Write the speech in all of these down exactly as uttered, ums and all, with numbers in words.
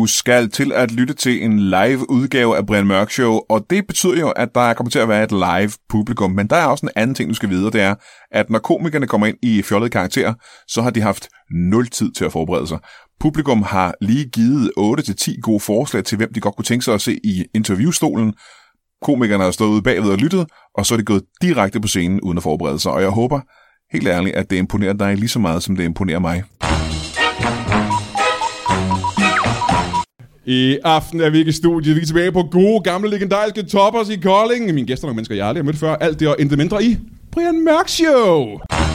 Du skal til at lytte til en live udgave af Brian Mørk Show, og det betyder jo, at der kommer til at være et live publikum. Men der er også en anden ting, du skal vide, det er, at når komikerne kommer ind i fjollede karakterer, så har de haft nul tid til at forberede sig. Publikum har lige givet otte til ti gode forslag til, hvem de godt kunne tænke sig at se i interviewstolen. Komikerne har stået ude bagved og lyttet, og så er de gået direkte på scenen uden at forberede sig. Og jeg håber helt ærligt, at det imponerer dig lige så meget, som det imponerer mig. I aften er vi ikke i studiet. Vi er tilbage på gode, gamle, legendariske Toppers i Kolding. Mine gæster er nogle mennesker, jeg aldrig har mødt før. Alt det og intet mindre i Brian Mørk Show.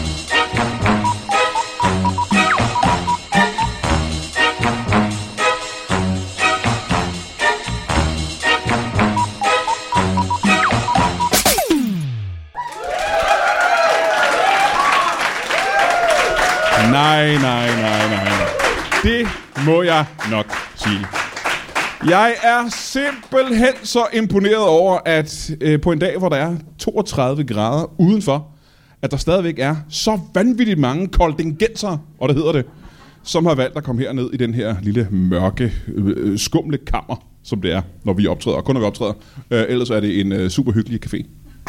Nej, nej, nej, nej. Det må jeg nok sige. Jeg er simpelthen så imponeret over, at øh, på en dag, hvor der er toogtredive grader udenfor, at der stadigvæk er så vanvittigt mange koldingensere, og det hedder det, som har valgt at komme herned i den her lille mørke, øh, skumle kammer, som det er, når vi optræder, og kun når vi optræder. Øh, ellers er det en øh, super hyggelig café.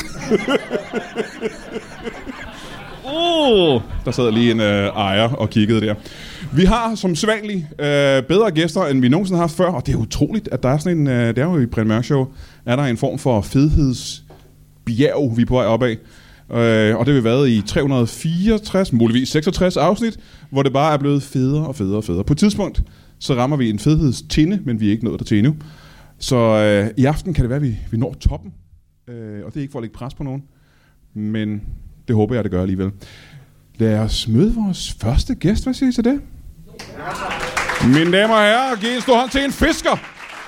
Uh, der sad lige en øh, ejer og kiggede der. Vi har som sædvanligt øh, bedre gæster, end vi nogensinde har haft før, og det er utroligt, at der er sådan en, øh, det er jo i Brian Mørk Show, er der en form for fedhedsbjerg, vi er på vej opad. Øh, og det har vi været i tre hundrede og fireogtres, muligvis seksogtres afsnit, hvor det bare er blevet federe og federe og federe. På et tidspunkt, så rammer vi en fedhedstinde, men vi er ikke nået dertil endnu. Så øh, i aften kan det være, at vi, vi når toppen, øh, og det er ikke for at lægge pres på nogen, men det håber jeg, det gør alligevel. Lad os møde vores første gæst. Hvad siger I til det? Ja. Mine damer og herrer, giv en stor hånd til en fisker.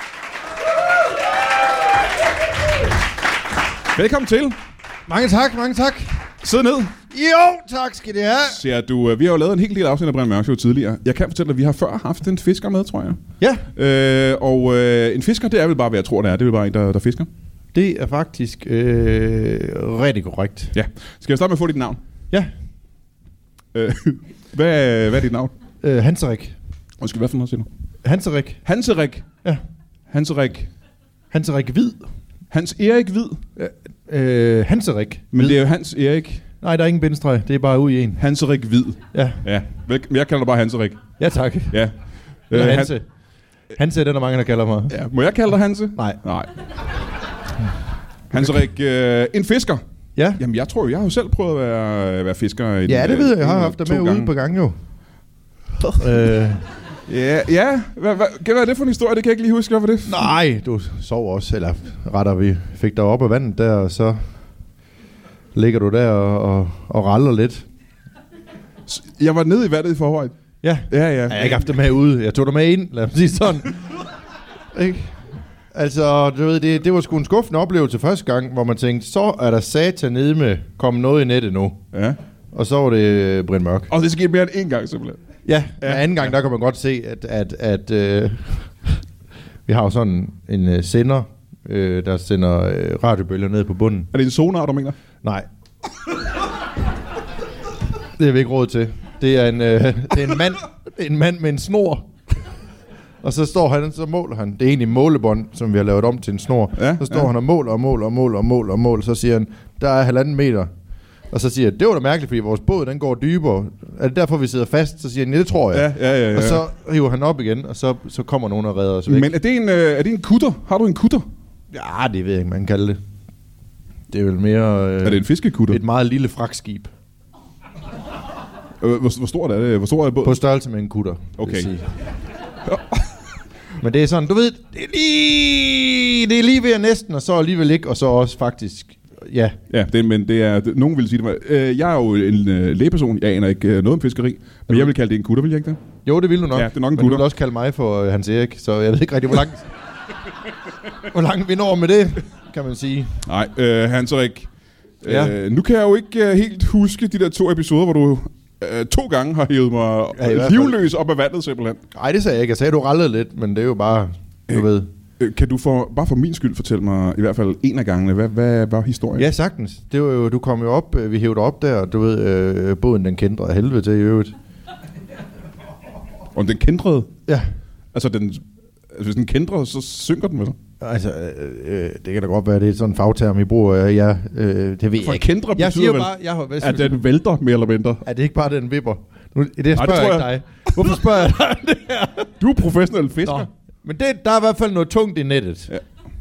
Velkommen til. Mange tak, mange tak. Sid ned. Jo, tak skal det have. Ser du, vi har jo lavet en hel del afsnit af Brian Mørk Show tidligere. Jeg kan fortælle dig, at vi har før haft en fisker med, tror jeg. Ja. Øh, og øh, en fisker, det er vel bare, hvad jeg tror, det er. Det er vel bare en, der, der fisker. Det er faktisk øh, rigtig korrekt. Ja. Skal jeg starte med at få dit navn? Ja. Øh, hvad, hvad er dit navn? Øh, Hanserik. Undskyld, hvad for noget siger du? Hanserik. Hanserik. Ja. Hanserik. Hanserik Hvid. Hans Erik Hvid. Øh, Hanserik. Men det er jo Hans Erik. Nej, der er ingen bindestreg. Det er bare ud i en. Hanserik Hvid. Ja. Ja. Vel, jeg kalder dig bare Hanserik. Ja, tak. Ja. Eller øh, Hanse. Han... Hanse er den, der mange, der kalder mig. Ja. Må jeg kalde dig Hanse? Nej. Nej. Hanserik, øh, en fisker. Ja. Jamen, jeg tror jo, jeg har jo selv prøvet at være, være fisker. I ja, den, det ved jeg. Jeg har en, haft dig med ude på gang jo. øh. Ja, ja. Hvad, hvad, hvad er det for en historie? Det kan jeg ikke lige huske. Hvad var det? Nej, du sov også. Eller retter vi fik dig op af vandet der, og så ligger du der og, og, og raller lidt. Jeg var nede i vandet i forvejen. Ja. Ja, ja. Jeg har ikke haft dig med ude. Jeg tog dig med ind. Lad mig sige sådan. Ikke? Altså, du ved, det, det var sgu en skuffende oplevelse første gang, hvor man tænkte, så er der satan nede med kommet noget i nettet nu. Ja. Og så var det Brian Mørk. Og det skete mere end én gang, simpelthen. Ja, ja. Men anden gang, der kan man godt se, at, at, at øh, vi har jo sådan en øh, sender, øh, der sender øh, radiobølger ned på bunden. Er det en sonar, du mener? Nej. Det har vi ikke råd til. Det er en, øh, det er en mand, en mand med en snor. Og så står han, så måler han. Det er egentlig målebånd, som vi har lavet om til en snor. Ja, så står ja. han og måler og måler og måler og måler og måler. Så siger han, der er halvanden meter. Og så siger jeg, det var da mærkeligt, fordi vores båd, den går dybere. Er det derfor, vi sidder fast? Så siger han, ja, det tror jeg. Ja, ja, ja, ja. Og så hiver han op igen, og så, så kommer nogen og redder os væk. Men er det en, øh, er det en kutter? Har du en kutter? Ja, det ved jeg ikke, man kan kalde det. Det er vel mere... Øh, er det en fiskekutter? Et meget lille fragtskib. Øh, hvor, hvor stort er det? Hvor stor er båden? På størrelse med en kutter. Okay. Men det er sådan, du ved, det er lige, det er lige ved at næsten, og så alligevel ikke, og så også faktisk, ja. Ja, det, men det er, det, nogen vil sige det. Øh, jeg er jo en øh, lægeperson, jeg aner ikke øh, noget om fiskeri, men jeg vil kalde det en kutter, vil jeg ikke det? Jo, det vil du nok. Ja, det er nok en men kutter. du vil også kalde mig for øh, Hans Erik, så jeg ved ikke rigtig, hvor langt, hvor langt vi når med det, kan man sige. Nej, øh, Hans Erik, ja. øh, nu kan jeg jo ikke øh, helt huske de der to episoder, hvor du... Uh, to gange har hævet mig ja, livløs op af vandet simpelthen. Nej, det sagde jeg ikke. Jeg sagde, du rallede lidt, men det er jo bare, du øh, ved. Øh, kan du for, bare for min skyld fortælle mig i hvert fald en af gangene, hvad, hvad var historien? Ja, sagtens. Det var jo, du kom jo op, vi hævde op der, og du ved, øh, båden den kendte af helvede til i øvrigt. Og den kendrede? Ja. Altså den... Altså, hvis den kender, så synker den, vel? Altså, øh, det kan da godt være, det er sådan en fagterm, I bruger. Ja, øh, det ved For jeg ikke. kendre Jeg siger vel, bare, jeg har, at den vælter, mere eller mindre. Er det ikke bare, den vipper? Nu, det spørger Nej, det jeg ikke jeg. dig. Hvorfor spørger jeg dig det her? Du er professionel fisker. Nå. Men det, der er i hvert fald noget tungt i nettet. Ja.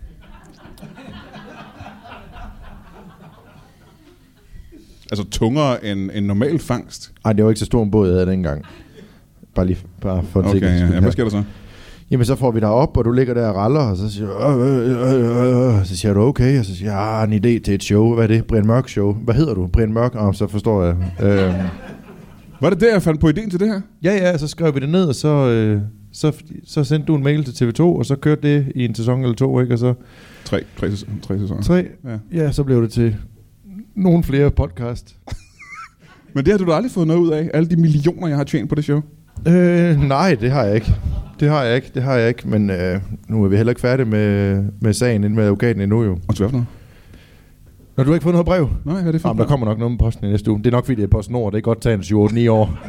Altså tungere end en normal fangst? Nej, det var ikke så stor en båd, jeg havde dengang. Bare lige bare for en okay, sikkerhed. Ja. Ja, hvad sker der så? Jamen, så får vi dig op, og du ligger der og raller, og så siger du, øh, øh, øh, øh. Så siger du, okay, og så siger jeg, jeg har en idé til et show. Hvad er det? Brian Mørk show. Hvad hedder du? Brian Mørk? Ah, så forstår jeg. Øh. Var det der, jeg fandt på ideen til det her? Ja, ja, så skrev vi det ned, og så, øh, så, så sendte du en mail til T V to, og så kørte det i en sæson eller to, ikke? Og så... Tre, tre, tre sæsoner. Tre? Ja. Ja, så blev det til nogle flere podcast. Men det har du da aldrig fået noget ud af? Alle de millioner, jeg har tjent på det show? Øh, nej, det har jeg ikke. Det har jeg ikke, det har jeg ikke. Men øh, nu er vi heller ikke færdige med, med sagen inden med advokaten endnu jo. Og du har noget? Når du har ikke fået noget brev? Nej, hvad er det for? Jamen, der kommer nok noget med posten i næste uge. Det er nok fordi, det er PostNord. Det er godt tage en syv otte ni år.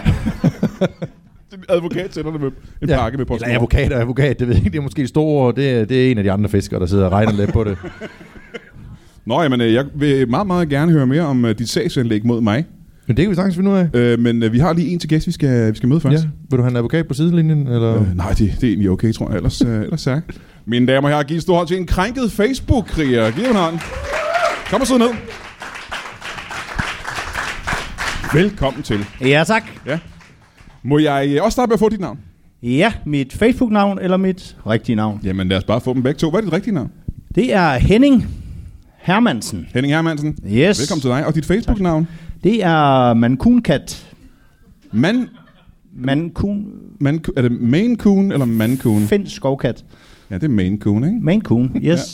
Advokat sender det med en ja. pakke med PostNord. Eller advokat og advokat, det ved jeg ikke. Det er måske store. Det, det er en af de andre fiskere, der sidder og regner lidt på det. Nå, jamen, jeg vil meget, meget gerne høre mere om uh, dit sagsanlæg mod mig. Men det kan vi sagtens finde ud af. Øh, men uh, vi har lige en til gæst, vi skal, vi skal møde først. Ja. Vil du have en advokat på sidelinjen? Eller? Øh, nej, det, det er egentlig okay, tror jeg. Ellers, uh, ellers sagt. Mine damer og herrer, giv et stort hånd til en krænket Facebook-kriger. Giv en hånd. Kom og sidde ned. Velkommen til. Ja, tak. Ja. Må jeg også starte med at få dit navn? Ja, mit Facebook-navn eller mit rigtige navn? Jamen lad os bare få dem begge to. Hvad er dit rigtige navn? Det er Henning Hermansen. Henning Hermansen. Yes. Velkommen til dig. Og dit Facebook-navn? Det er Mancoon-kat. Man... Mancoon... Man... Er det Maine Coon eller Mancoon? Finsk skovkat. Ja, det er Maine Coon, ikke? Maine Coon, yes.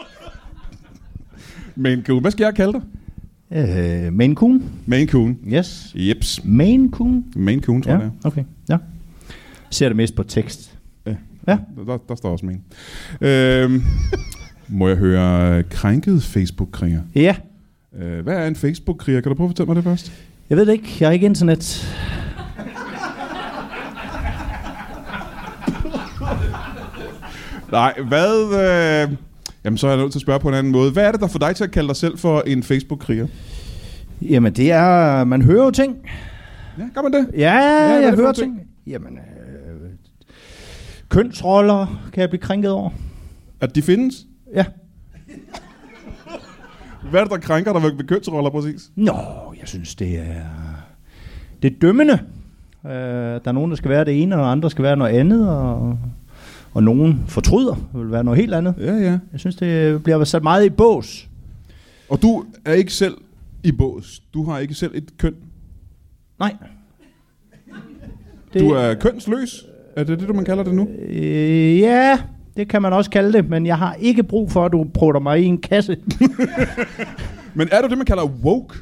Maine Coon. Hvad skal jeg kalde dig? Øh, Maine Coon. Maine Coon. Yes. Jeps. Maine Coon. Maine Coon, tror ja, jeg. Okay, ja. Ser det mest på tekst. Ja, ja. Der, der, der står også Maine. Øhm, må jeg høre krænket Facebook-kriger? Ja. Øh, hvad er en Facebook-kriger? Kan du prøve at fortælle mig det først? Jeg ved det ikke. Jeg har ikke internet. Nej, hvad... Øh, jamen, så er jeg nødt til at spørge på en anden måde. Hvad er det, der får dig til at kalde dig selv for en Facebook-kriger? Jamen, det er... Man hører jo ting. Ja, gør man det? Ja, ja jeg hører ting. ting. Jamen, øh, kønsroller kan jeg blive krænket over. At de findes? Ja. Hvad er det, der krænker dig ved kønsroller præcis? Nå, jeg synes, det er... Det er dømmende. Øh, der er nogen, der skal være det ene, og andre skal være noget andet, og... Og nogen fortryder, det vil være noget helt andet. Ja, ja. Jeg synes, det bliver sat meget i bås. Og du er ikke selv i bås. Du har ikke selv et køn. Nej. Det... Du er kønsløs. Er det det, du man kalder det nu? Øh, ja, det kan man også kalde det. Men jeg har ikke brug for, at du prutter mig i en kasse. Men er du det, man kalder woke?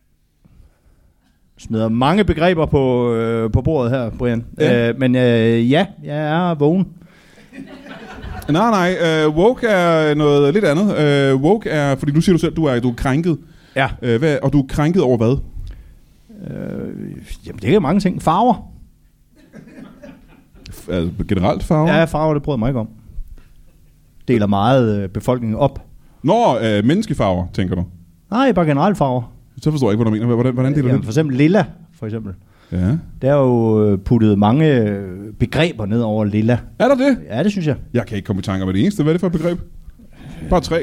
Smider mange begreber på, øh, på bordet her, Brian. Ja. Øh, men øh, ja, jeg er vågen. Nej, nej. Uh, woke er noget lidt andet. Uh, woke er, fordi du siger du selv, du er, du er krænket. Ja. Uh, hvad, og du er krænket over hvad? Øh, jamen, det er mange ting. Farver. F- altså generelt farver? Ja, farver, det bryder mig ikke om. Deler meget øh, befolkningen op. Nå, uh, menneskefarver, tænker du? Nej, bare generelt farver. Så forstår jeg ikke, hvad du mener. Hvordan, hvordan deler Jamen, du for eksempel lilla, for eksempel. Ja. Der er jo puttet mange begreber ned over lilla. Er der det? Ja, det synes jeg. Jeg kan ikke komme i tanke om det eneste. Hvad er det for et begreb? Bare tre.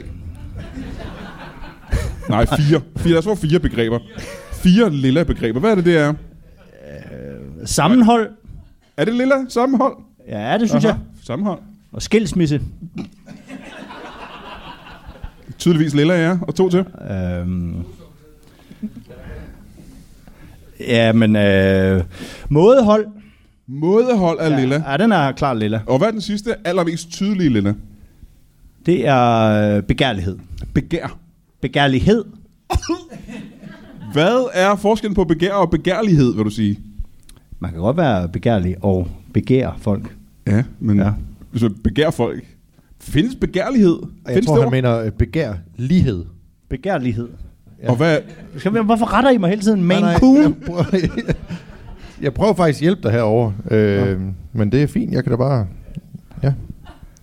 Nej, fire. fire. Lad os få fire begreber. Fire lilla begreber. Hvad er det, det er? Øh, sammenhold. Er det lilla? Sammenhold? Ja, det synes Aha. jeg. Sammenhold. Og skilsmisse. Tydeligvis lilla, ja. Og to til? Øhm... Ja, men øh, mådehold. Mådehold er ja, lilla. Ja, den er klart lilla. Og hvad er den sidste, allermest tydelige lilla? Det er begærlighed. Begær. Begærlighed. Hvad er forskellen på begær og begærlighed, vil du sige? Man kan godt være begærlig og begære folk. Ja, men ja. hvis man begærer folk, findes begærlighed? Jeg findes tror, han mener begærlighed. Begærlighed. Ja. Og hvad? Skal vi, hvorfor retter I mig hele tiden? Maine nej, Coon? Jeg prøver, jeg prøver faktisk at hjælpe dig herovre. Øh, ja. Men det er fint, jeg kan da bare... Ja.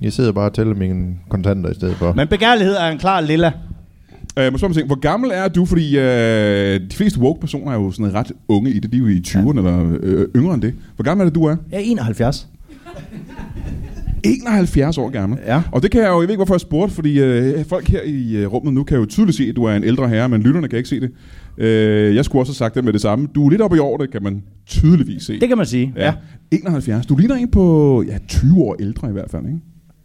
Jeg sidder bare og tæller mine kontanter i stedet for. Men begærlighed er en klar lilla. Øh, må spørge mig, hvor gammel er du? Fordi øh, de fleste woke-personer er jo sådan ret unge i det. De er jo i tyverne ja. eller øh, yngre end det. Hvor gammel er det, du er? Jeg er enoghalvfjerds. enoghalvfjerds år gammel. Ja. Og det kan jeg jo, jeg ved ikke hvorfor jeg spurgte, fordi øh, folk her i øh, rummet nu kan jo tydeligt se, at du er en ældre herre, men lytterne kan ikke se det. Øh, jeg skulle også have sagt det med det samme. Du er lidt oppe i årene, kan man tydeligvis se. Det kan man sige, ja. ja. enoghalvfjerds. Du ligner en på ja, tyve år ældre i hvert fald, ikke?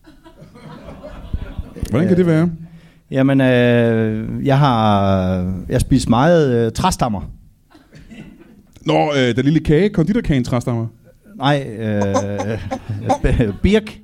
Hvordan kan det være? Jamen, øh, jeg har jeg spist meget øh, træstammer. Nå, øh, den lille kage, konditorkagen træstammer. Nej, øh, birk.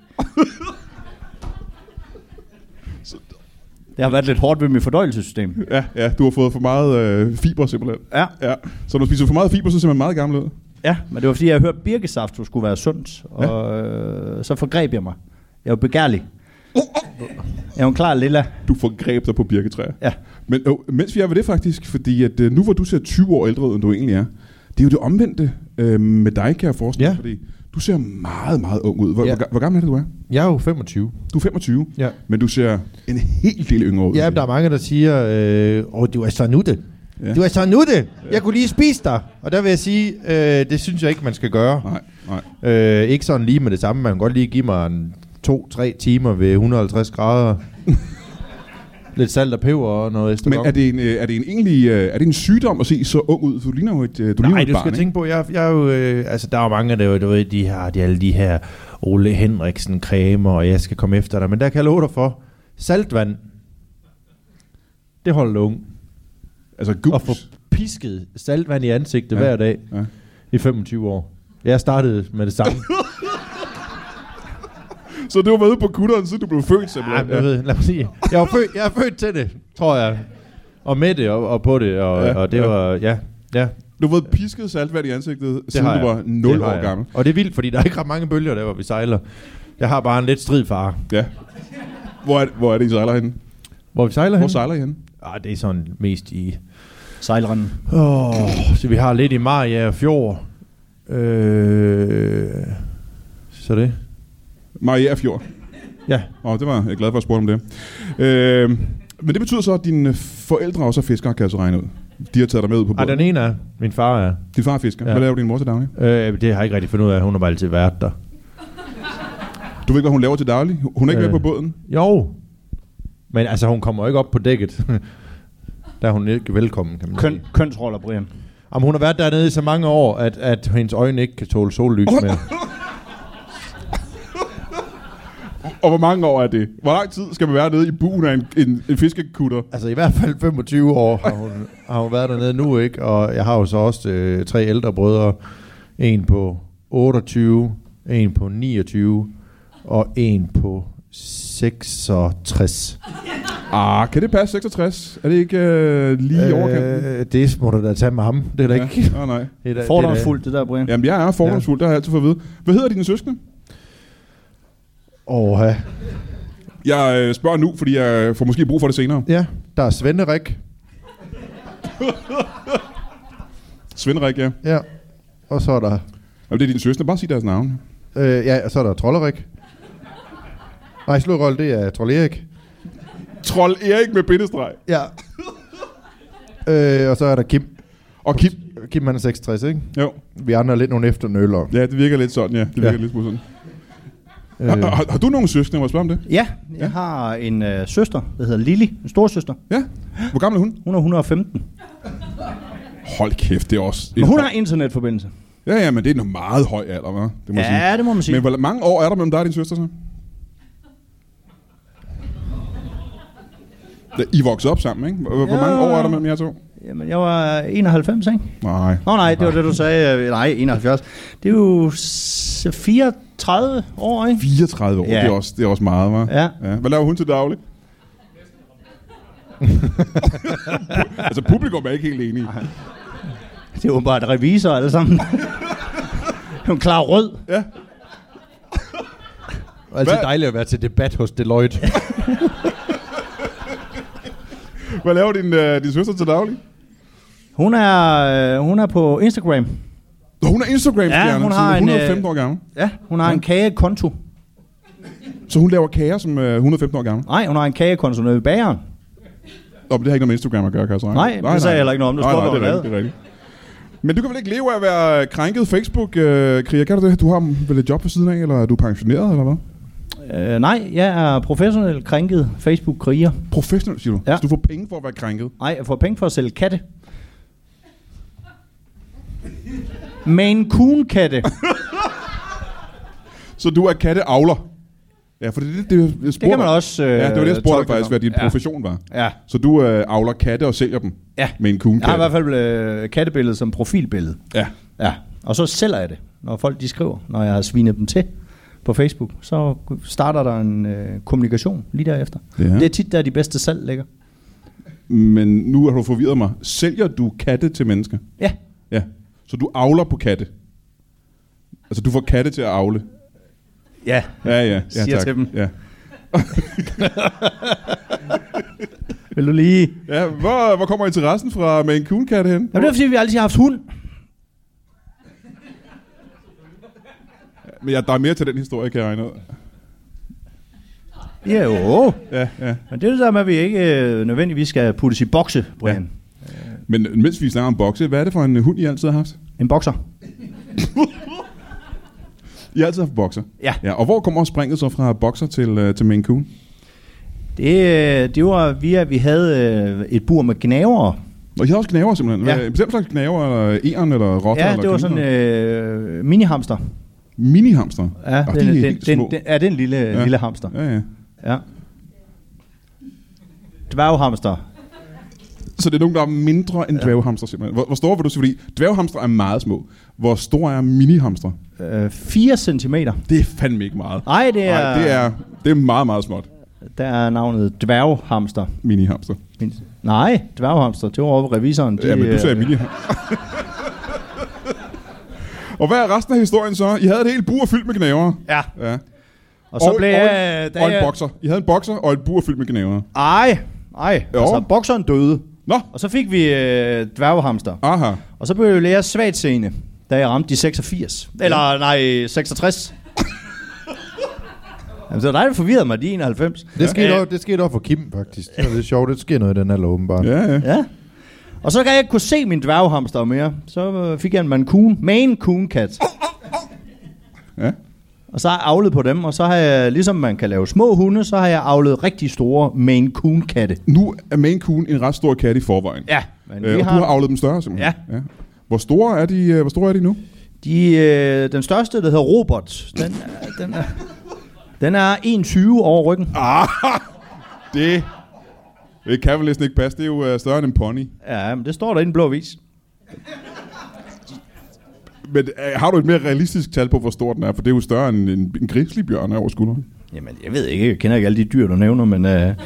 Det har været lidt hårdt ved mit fordøjelsessystem. Ja, ja, du har fået for meget øh, fiber simpelthen. Ja. ja. Så når du spiser for meget fiber, så ser man meget gammel ud. Ja, men det var fordi, jeg hørte birkesaft, du skulle være sundt. Og ja. øh, så forgreb jeg mig. Jeg var begærlig. Jeg var en klar lilla. Du forgreb dig på birketræer. Ja. Men øh, mens vi er ved det faktisk, fordi at øh, nu hvor du ser tyve år ældre ud, end du egentlig er, det er jo det omvendte øh, med dig, kan jeg forestille mig, ja. Fordi du ser meget, meget ung ud. Hvor, ja. hvor, hvor gammel er det, du er? Jeg er jo femogtyve. Du er femogtyve, ja. Men du ser en helt del yngre ud. Ja, der er mange, der siger, øh, åh, du er så nutte. Ja. Du er så nutte. Ja. Jeg kunne lige spise dig. Og der vil jeg sige, øh, det synes jeg ikke, man skal gøre. Nej, nej. Øh, ikke sådan lige med det samme. Man kan godt lige give mig en to-tre timer ved et hundrede og halvtreds grader. Lidt salt og peber og noget ekstra. Men er det en, er det en egentlig er det en sygdom at se så ung ud? Du ligner jo et du Nej, ligner et du barn, skal ikke? tænke på, jeg, jeg er jo, øh, altså der er jo mange, der du ved, de har de alle de her Ole Henriksen cremer, og jeg skal komme efter dig, men der kan jeg love dig for, saltvand, det holder ung. Altså gus. Og få pisket saltvand i ansigtet ja. hver dag ja. i femogtyve år. Jeg startede med det samme. Så du har været ude på kutteren, siden du blev født, simpelthen? Nej, jeg ved, lad mig sige. Jeg er, født, jeg er født til det, tror jeg. Og med det, og, og på det, og, ja, og det ja. var, ja, ja. Du har været pisket saltvand i ansigtet, det siden du var nul år gammel. Og det er vildt, fordi der er ikke ret mange bølger der, hvor vi sejler. Jeg har bare en lidt strid far. Ja. Hvor er, hvor er det, I sejler henne? Hvor vi sejler hvor henne? Hvor sejler I henne? Ah, det er sådan mest i sejlrenden. Oh, så vi har lidt i Mariager Fjord. Øh, så det. Mariager Fjord. Ja. Åh, oh, det var jeg glad for at spørge om det. Øh, men det betyder så, at dine forældre også er fiskere, kan jeg så regne ud. De har taget dig med ud på båden. Ah, den ene er. Min far er. Din far er fisker. Ja. Hvad laver din mor til daglig? Øh, det har jeg ikke rigtig fundet ud af. Hun har bare altid været der. Du ved ikke, hvad hun laver til daglig? Hun er ikke øh, med på båden? Jo. Men altså, hun kommer ikke op på dækket. Der er hun ikke velkommen, kan man Køn, sige. Kønsroller, Brian. Jamen, hun har været dernede i så mange år, at, at hendes øjne ikke kan tåle sollys mere. Og hvor mange år er det? Hvor lang tid skal man være nede i buen af en, en, en fiskekutter? Altså i hvert fald femogtyve år har hun, har hun været dernede nu, ikke? Og jeg har jo så også øh, tre ældre brødre. En på otteogtyve, en på niogtyve og en på seksogtres. Ah, kan det passe seksogtres? Er det ikke øh, lige i overkanten? Øh, det må du da tage med ham. Det er da ja. ikke... Ah, nej. Fordomsfuldt, det der, Brian. Jamen, jeg er fordomsfuld, ja. Det har jeg altid fået at vide. Hvad hedder dine søskende? Åh, ja. Jeg øh, spørger nu, fordi jeg får måske brug for det senere. Ja, der er Svenderik. Svenderik, ja. Ja, og så er der... Jamen, det er dine søskende. Bare sig deres navn. Øh, ja, og så er der Trollerik. Nej, slukrold, det er Trold Erik. Trold Erik med bindestreg. Ja. øh, og så er der Kim. Og Kim? Kim, han er seksogtres, ikke? Jo. Vi andre er lidt nogle efternøller. Ja, det virker lidt sådan, ja. Det virker ja. lidt sådan. Øh. Har, har, har du nogen søskende? Må jeg spørge om det? Ja, jeg ja. har en øh, søster, der hedder Lili. En storsøster. Ja. Hvor gammel er hun? Hun er et hundrede og femten. Hold kæft, det er også... Men hun har internetforbindelse. Ja, ja, men det er en meget høj alder, hva'? Det må ja, sige. det må man sige. Men hvor mange år er der mellem dig og din søster så? I voksede op sammen, ikke? Hvor, ja. hvor mange år er der mellem jer to? Jamen, jeg var enoghalvfems, ikke? Nej. Nå nej, det var det, du sagde. Nej, enoghalvfjerds. Det er jo fireogtredive år, ikke? fireogtredive år, ja. det, er også, det er også meget, hva'? Ja. ja. Hvad laver hun til daglig? Altså, publikum er ikke helt enige. Det er jo bare et revisor alle sammen. Hun klarer rød. Ja. Og altid dejligt at være til debat hos Deloitte. Hvad laver din, uh, din søster til daglig? Hun er, uh, hun er på Instagram. Hun er Instagram-stjerne, ja, hun så har hun er en, femten år gammel. Ja, hun har ja. en kagekonto. Så hun laver kager som uh, et hundrede og femten år gammel? Nej, hun har en kagekonto nede i bageren. Nå, men det har ikke noget med Instagram at gøre, kan jeg så regne. Nej, nej, det sagde jeg heller ikke noget om. Nej, nej, det er rigtigt, det er rigtigt. Men du kan vel ikke leve af at være krænket Facebook-kriger? Kan du det? Du har vel et job på siden af, eller er du pensioneret, eller hvad? Uh, nej, jeg er professionel krænket Facebook-kriger. Professionel, siger du? Ja. Så du får penge for at være krænket? Nej, jeg får penge for at sælge katte. Maine Coon-katte. Så du er katteavler? Ja, for det er det, det, det, det kan man også øh, ja, det var det, jeg spurgte faktisk, hvad din ja. profession var. Ja. Så du øh, avler katte og sælger dem? Ja. Med en coon-katte? Jeg har i hvert fald øh, kattebilledet som profilbillede. Ja. Ja. Og så sælger jeg det, når folk de skriver, når jeg har svinet dem til på Facebook. Så starter der en øh, kommunikation lige derefter. Ja. Det er tit, der de bedste salg ligger. Men nu har du forvirret mig. Sælger du katte til mennesker? Ja. Ja. Så du avler på katte? Altså du får katte til at avle? Ja, ja, ja, ja siger tak. til dem. Ja. Vil du lige... Ja, hvor, hvor kommer interessen fra Maine Coon-katte hen? Jamen, det er fordi, vi altid har haft hund. Men ja, der er mere til den historie, kan jeg regne ud. Ja, jo. Ja, ja. Men det er det der med, at vi ikke øh, nødvendigvis skal puttes i bokse, Brian. Ja. Men mens vi snakker om bokse, hvad er det for en hund, I altid har haft? En bokser. I har altid haft bokser? Ja. Ja. Og hvor kommer springet så fra bokser til, uh, til Maine Coon? Det, det var via, vi havde øh, et bur med gnavere. Og I havde også gnaver simpelthen? Ja. En bestemt slags gnaver, eller æren, eller rotter? Ja, eller det var sådan en øh, mini-hamster. Mini-hamster? Ja, oh, den, de er den, den, den, ja, det er en lille, ja. lille hamster. Ja, ja. Ja. Dværghamster. Så det er nogen, der er mindre end ja. dværghamster simpelthen. Hvor, hvor store vil du sige? Fordi dværghamster er meget små. Hvor store er mini-hamster? Øh, fire centimeter. Det er fandme ikke meget. Nej, det er... Ej, det er, det er meget, meget småt. Der er navnet dværghamster. Mini-hamster. Nej, dværghamster. Det var over revisoren. De, ja, men du sagde mini. Og hvad er resten af historien så? I havde et helt bur fyldt med gnaver. Ja. Ja. Og så og, blev og, jeg... og en bokser. I havde en bokser og et bur fyldt med gnaver. Ej, ej. Jo. Altså, bokseren døde. Nå. Og så fik vi øh, dværghamster. Aha. Og så blev jeg lærer svagt scene, da jeg ramte de seksogfirs. Eller nej, seksogtres. Jamen, så er dig, der forvirrede mig, de enoghalvfems. Det skete, ja. også, det skete også for Kim, faktisk. Det er lidt sjovt, det sker noget i den alder, åbenbart. Ja, ja. Ja. Og så kan jeg ikke kunne se min dværghamster mere. Så fik jeg en Maine Coon, Maine Coon-kat. Ja. Og så har jeg avlet på dem, og så har jeg, ligesom man kan lave små hunde, så har jeg avlet rigtig store Maine Coon-katte. Nu er Maine Coon en ret stor kat i forvejen. Ja. Men øh, og har... du har avlet dem større simpelthen? Ja. ja. Hvor store er de, hvor store er de nu? De, øh, den største, der hedder Robert, den, den er... Den er en komma tyve over ryggen. Ah, det, det kan vel næsten ikke passe. Det er jo uh, større end en pony. Ja, men det står der i den blå vis. Men uh, har du et mere realistisk tal på, hvor stor den er? For det er jo større end en, en grizzlybjørn over skulderen. Jamen, jeg ved ikke. Jeg kender ikke alle de dyr, du nævner, men... Uh,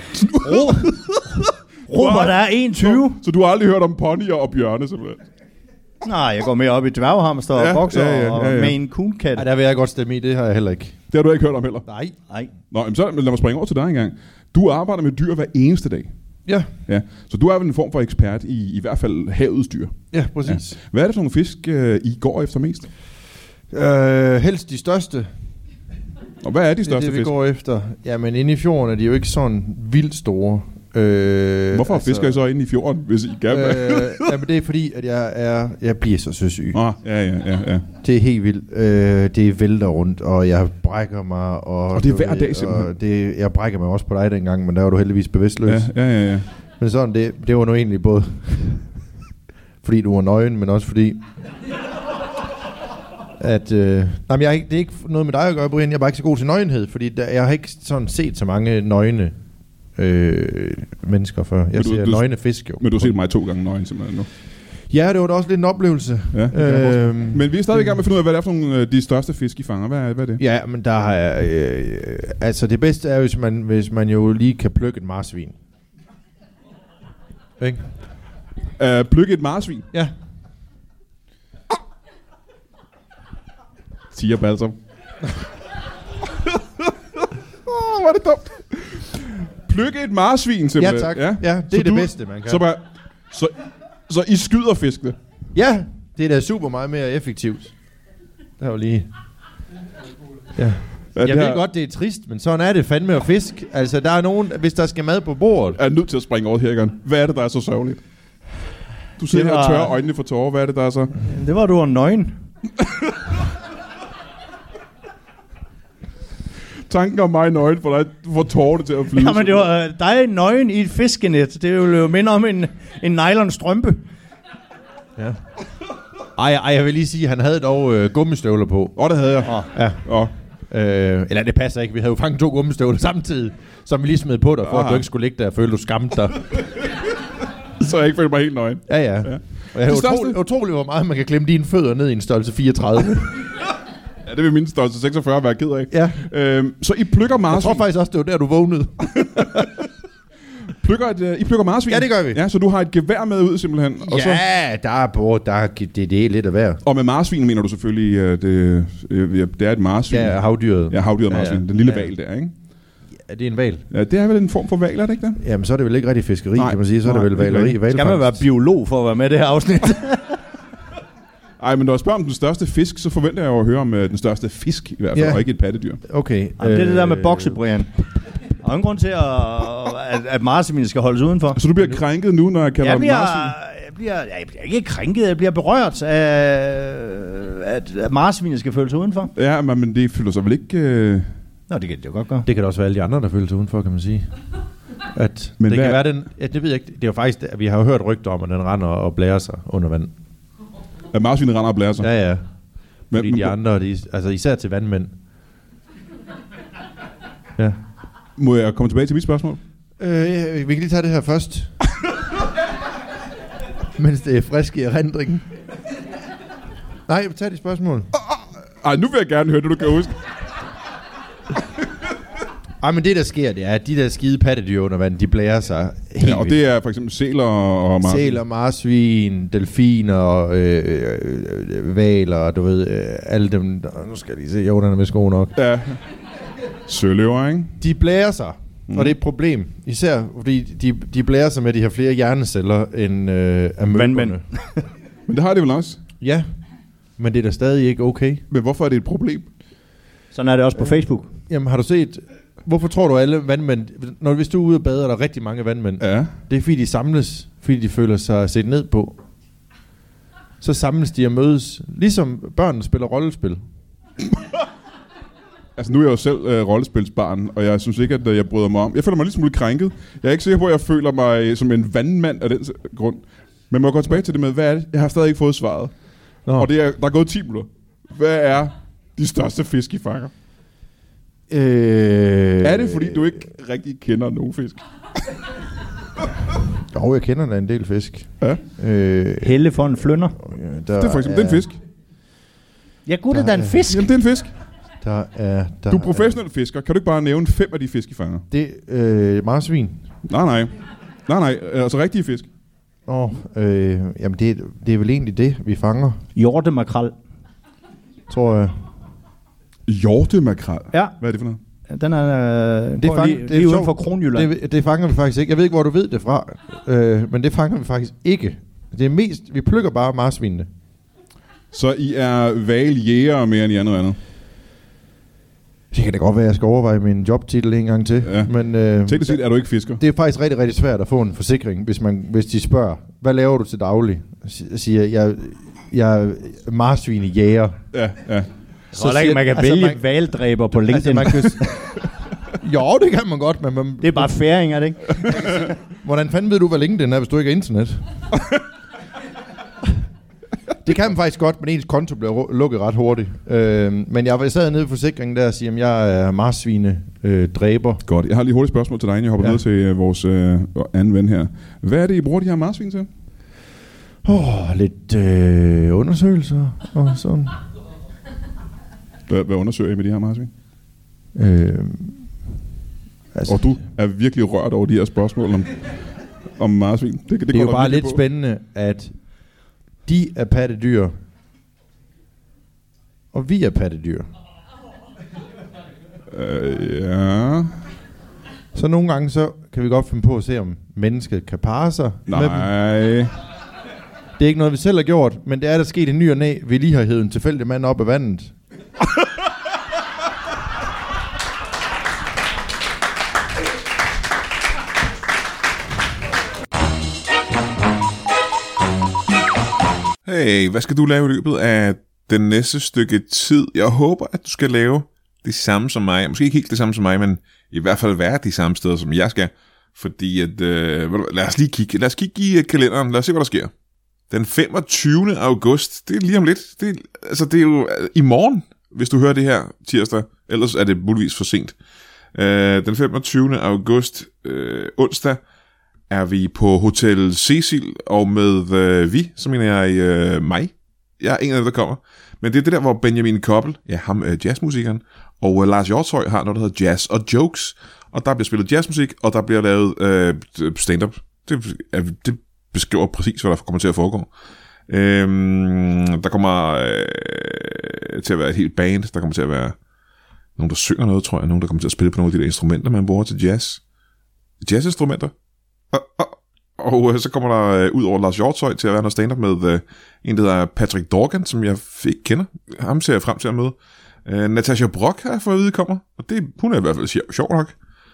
Robert er en komma tyve. Så, så du har aldrig hørt om ponyer og bjørne, simpelthen? Nej, jeg går mere op i dværghamster og ja, bokser ja, ja, ja, ja. og Maine Coon-kat. Nej, der vil jeg godt stemme i. Det har jeg heller ikke. Det har du ikke hørt om heller? Nej. Nej. Nå, men så lad mig springe over til dig engang. Du arbejder med dyr hver eneste dag. Ja. Ja. Så du er vel en form for ekspert i i hvert fald havets dyr. Ja, præcis. Ja. Hvad er det for nogle fisk, uh, I går efter mest? Uh, helst de største. Og hvad er de største det, det, vi fisk? går efter. Jamen, inde i fjorden er de jo ikke sådan vildt store. Øh, Hvorfor altså, fisker I så inde i fjorden, hvis I gerne vil? øh, jamen, det er fordi, at jeg, er, jeg bliver så søsyg. Ah, ja, ja, ja, ja. Det er helt vildt. Øh, det vælter rundt, og jeg brækker mig. Og, og det er hver dag simpelthen? Og det, jeg brækker mig også på dig dengang, men der var du heldigvis bevidstløs. Ja, ja, ja. ja. Men sådan, det, det var nu egentlig både fordi du var nøgen, men også fordi... At, øh, nej, men jeg har ikke, det er ikke noget med dig at gøre, Brian. Jeg er bare ikke så god til nøgenhed, fordi der, jeg har ikke sådan set så mange nøgne øh, mennesker før. Jeg du, ser du, nøgne fisk jo. Men du har set mig to gange nøgen simpelthen nu. Ja, det var da også lidt en oplevelse. Ja, øhm, men vi er stadig i gang med at finde ud af, hvad det er for nogle de største fisk, I fanger. Hvad er, hvad er det? Ja, men der har jeg... Øh, altså det bedste er, hvis man, hvis man jo lige kan plukke et marsvin. Ikke? Uh, plukke et marsvin? Ja. Siger Balsam. Åh, oh, hvor er det dumt. Plukke et marsvin, simpelthen. Ja, tak. Ja, ja det så er det du, bedste, man kan. Så, bare, så, så I skyder fiskene? Ja, det er da super meget mere effektivt. Der var lige... Ja. Jeg ved godt, det er trist, men sådan er det fandme at fisk. Altså, der er nogen, hvis der skal mad på bordet. Jeg er nødt til at springe over her igen. Hvad er det, der er så sørgeligt? Du sidder var... her og tørrer øjnene for tårer. Hvad er det, der er så? Det var, du var nøgen. Tanken om mig nøgen, for dig, du får tårerne til at flyde. Jamen, det var dig nøgen i et fiskenet. Det er jo mindre om en, en nylon strømpe. Ja. Ej, ej, jeg vil lige sige, at han havde dog øh, gummistøvler på. Åh, oh, det havde jeg. Oh. Ja. Oh. Øh, eller det passer ikke. Vi havde jo fanget to gummistøvler samtidig, som vi lige smed på dig, for Aha. at du ikke skulle ligge der og føle, du skamte dig. Så jeg ikke følte mig helt nøgen. Ja, ja. ja. Og jeg er utrolig, utrolig, hvor meget man kan klemme dine fødder ned i en størrelse fireogtredive. Ja, det vil min størrelse seksogfyrre være ked af. Ja. Øhm, så I plukker marsvin. Jeg tror faktisk også, det var der, du vågnede. Plukker et, uh, I plukker marsvin? Ja, det gør vi. Ja, så du har et gevær med ud simpelthen? Og ja, så... der er på, der er, det, det er lidt af hver. Og med marsvin mener du selvfølgelig, at det, det er et marsvin? Ja, havdyret. Ja, havdyret ja, marsvin. Ja. Den lille ja. val der, ikke? Ja, det er en val. Ja, det er vel en form for val, er det ikke det? Jamen, så er det vel ikke rigtig fiskeri, nej, kan man sige. Så nej, er det vel valeri. Skal man være biolog for at være med i det her afsnit? Ej, men når jeg spørger om den største fisk, så forventer jeg jo at høre om uh, den største fisk, i hvert fald, ja. Og ikke et pattedyr. Okay. Jamen, øh, det er det der med boksebrian. Der er ingen grund til, at, at, at marsvin skal holdes udenfor. Så du bliver krænket nu, når jeg kalder jeg bliver, marsvin? Jeg bliver, jeg bliver ikke krænket, jeg bliver berørt af, at, at marsvin skal føle sig udenfor. Ja, men det føler sig vel ikke... Uh... Nå, det kan det jo godt gøre. Det kan da også være alle de andre, der føler sig udenfor, kan man sige. At men det kan være den... Ja, det ved jeg ikke. Det er jo faktisk... At vi har jo hørt rygter om, at den render og blærer sig under vand. At marsvin render og blærer sig? Ja, ja. Men, Fordi men, de andre, de, altså især til vandmænd. Ja. Må jeg komme tilbage til mit spørgsmål? Øh, vi kan lige tage det her først. Mens det er frisk i erindringen. Nej, tag de spørgsmål. Ej, nu vil jeg gerne høre det, du kan huske. Ej, men det der sker, det er, at de der skide pattedyr under vand, de blærer sig helt. Ja, og det er for eksempel sæler og marsvin. Sæler, marsvin, delfiner, øh, øh, valer, du ved, øh, alle dem, nu skal jeg lige se, jo, den er med sko nok. Ja. Søløver, ikke? De blærer sig, mm. og det er et problem. Især fordi de, de blærer sig med, de har flere hjerneceller end øh, amøberne. Men det har de vel også? Ja, men det er da stadig ikke okay. Men hvorfor er det et problem? Sådan er det også på Facebook. Jamen, har du set... Hvorfor tror du alle vandmænd... Når hvis du er ude og bader, er der rigtig mange vandmænd. Ja. Det er fordi, de samles, fordi de føler sig set ned på. Så samles de og mødes, ligesom børn spiller rollespil. Altså, nu er jeg jo selv øh, rollespilsbarn, og jeg synes ikke, at øh, jeg bryder mig om. Jeg føler mig lidt smule krænket. Jeg er ikke sikker på, at jeg føler mig som en vandmand af den grund. Men må jeg gå tilbage til det med, hvad er det? Jeg har stadig ikke fået svaret. Nå. Og det er, der er gået ti minutter. Hvad er de største fisk, I fanger? Øh... Er det, fordi du ikke rigtig kender nogen fisk? Jo, jeg kender da en del fisk. Ja. Øh... Helle for en flynder. Ja, det er for eksempel, er... det er en fisk. Ja, gud, det er en fisk. Jamen, det er en fisk. Der er, der du er professionel fisker. Kan du ikke bare nævne fem af de fisk, I fanger? Det er øh, marsvin. Nej, nej. Nej, nej. Altså rigtige fisk. Åh, oh, øh, jamen det, det er vel egentlig det, vi fanger. Hjortemakrel. Tror jeg. Hjortemakrel? Ja. Hvad er det for noget? Den er øh, det fang, lige, det lige er uden for Kronjylland. Det, det fanger vi faktisk ikke. Jeg ved ikke, hvor du ved det fra. Øh, men det fanger vi faktisk ikke. Det er mest, vi plukker bare marsvinene. Så I er valjægere mere end I andet andet? Det kan da godt være, at jeg skal overveje min jobtitel en gang til. Ja. Men øh, teknisk set er du ikke fisker. Det er faktisk rigtig, rigtig svært at få en forsikring, hvis, man, hvis de spørger, hvad laver du til daglig? Jeg siger, jeg, jeg er marsvinejæger. Ja, ja. Så siger, man kan altså vælge man, valdræber på LinkedIn. Altså man kan, jo, det kan man godt, men man, det er bare færing, er det ikke? Hvordan fanden ved du, hvad LinkedIn er, hvis du ikke har internet? Det kan man faktisk godt, men ens konto bliver lukket ret hurtigt. Øh, men jeg sad nede i forsikringen der og siger, at jeg er marsvine øh, dræber. Godt. Jeg har lige hurtigt spørgsmål til dig, inden jeg hopper ja. ned til uh, vores uh, anden ven her. Hvad er det, I bruger de her marsvin til? Åh, oh, lidt øh, undersøgelser og sådan. Hvad, hvad undersøger I med de her marsvin? Øh, altså, og du er virkelig rørt over de her spørgsmål om, om marsvin. Det, det, det, det er jo bare lidt på. Spændende, at de er pattedyr, og vi er pattedyr. Øh, ja. Så nogle gange så kan vi godt finde på at se, om mennesket kan parre sig. Nej. Med dem. Det er ikke noget, vi selv har gjort, men det er der sket en ny og næ. Vi lige har hævet en tilfældig mand op af vandet. Hey, hvad skal du lave i løbet af den næste stykke tid? Jeg håber, at du skal lave det samme som mig. Måske ikke helt det samme som mig, men i hvert fald være de samme steder, som jeg skal. Fordi at, øh, lad os lige kigge. Lad os kigge i kalenderen. Lad os se, hvad der sker. Den femogtyvende august, det er lige om lidt. Det er, altså, det er jo i morgen, hvis du hører det her tirsdag. Ellers er det muligvis for sent. Øh, den femogtyvende august, øh, onsdag, er vi på Hotel Cecil, og med øh, vi, så mener jeg øh, mig. Jeg er en af dem, der kommer. Men det er det der, hvor Benjamin Koppel, ja, ham øh, jazzmusikeren, og øh, Lars Hjortshøj har noget, der hedder Jazz og Jokes. Og der bliver spillet jazzmusik, og der bliver lavet øh, stand-up. Det, er, det beskriver præcis, hvad der kommer til at foregå. Øhm, der kommer øh, til at være et helt band. Der kommer til at være nogen, der synger noget, tror jeg. Nogen, der kommer til at spille på nogle af de der instrumenter, man bruger til jazz. Jazzinstrumenter. Og, og, og øh, så kommer der øh, ud over Lars Hjortshøj til at være noget stand-up med øh, en, der hedder Patrick Dorgan, som jeg ikke kender. Ham ser jeg frem til at møde. Øh, Natasha Brock har jeg fået at vide kommer. Og det, hun er i hvert fald sjov, sjov nok.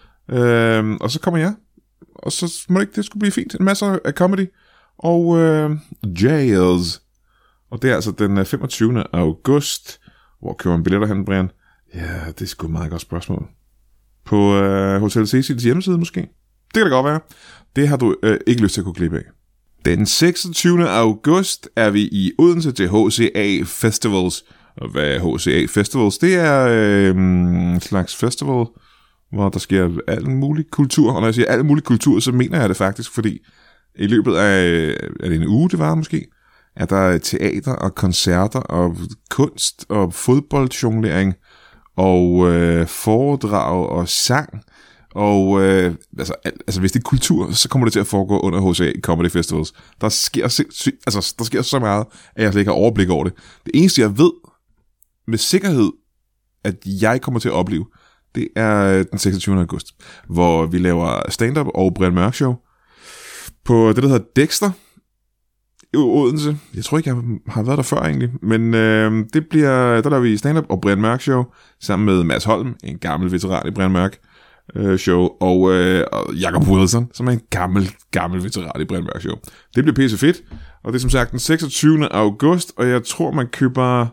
Øh, og så kommer jeg. Og så må det ikke, det skulle blive fint. En masse af comedy. Og øh, jazz. Og det er altså den femogtyvende august. Hvor køber man billetter hen, Brian? Ja, det er sgu et meget godt spørgsmål. På øh, Hotel Cecils hjemmeside måske? Det kan det godt være. Det har du øh, ikke lyst til at kunne klippe af. Den seksogtyvende august er vi i Odense til H C A Festivals. Og hvad er H C A Festivals? Det er øh, en slags festival, hvor der sker alt mulig kultur. Og når jeg siger alt mulig kultur, så mener jeg det faktisk, fordi i løbet af, er det en uge, det var måske, er der teater og koncerter og kunst og fodboldjonglering og øh, foredrag og sang. Og øh, altså, altså hvis det er kultur, så kommer det til at foregå under H C A Comedy Festivals. Der sker, altså, der sker så meget, at jeg slet ikke har overblik over det. Det eneste, jeg ved med sikkerhed, at jeg kommer til at opleve, det er den seksogtyvende august, hvor vi laver stand-up og Brian Mørk Show på det, der hedder Dexter i Odense. Jeg tror ikke, jeg har været der før egentlig, men øh, det bliver, der laver vi stand-up og Brian Mørk Show sammen med Mads Holm, en gammel veteran i Brian Mørk øh, Show, og, øh, og Jacob Wilson, som er en gammel, gammel veteran i Brian Mørk Show. Det bliver pisse fedt, og det er som sagt den seksogtyvende august, og jeg tror, man køber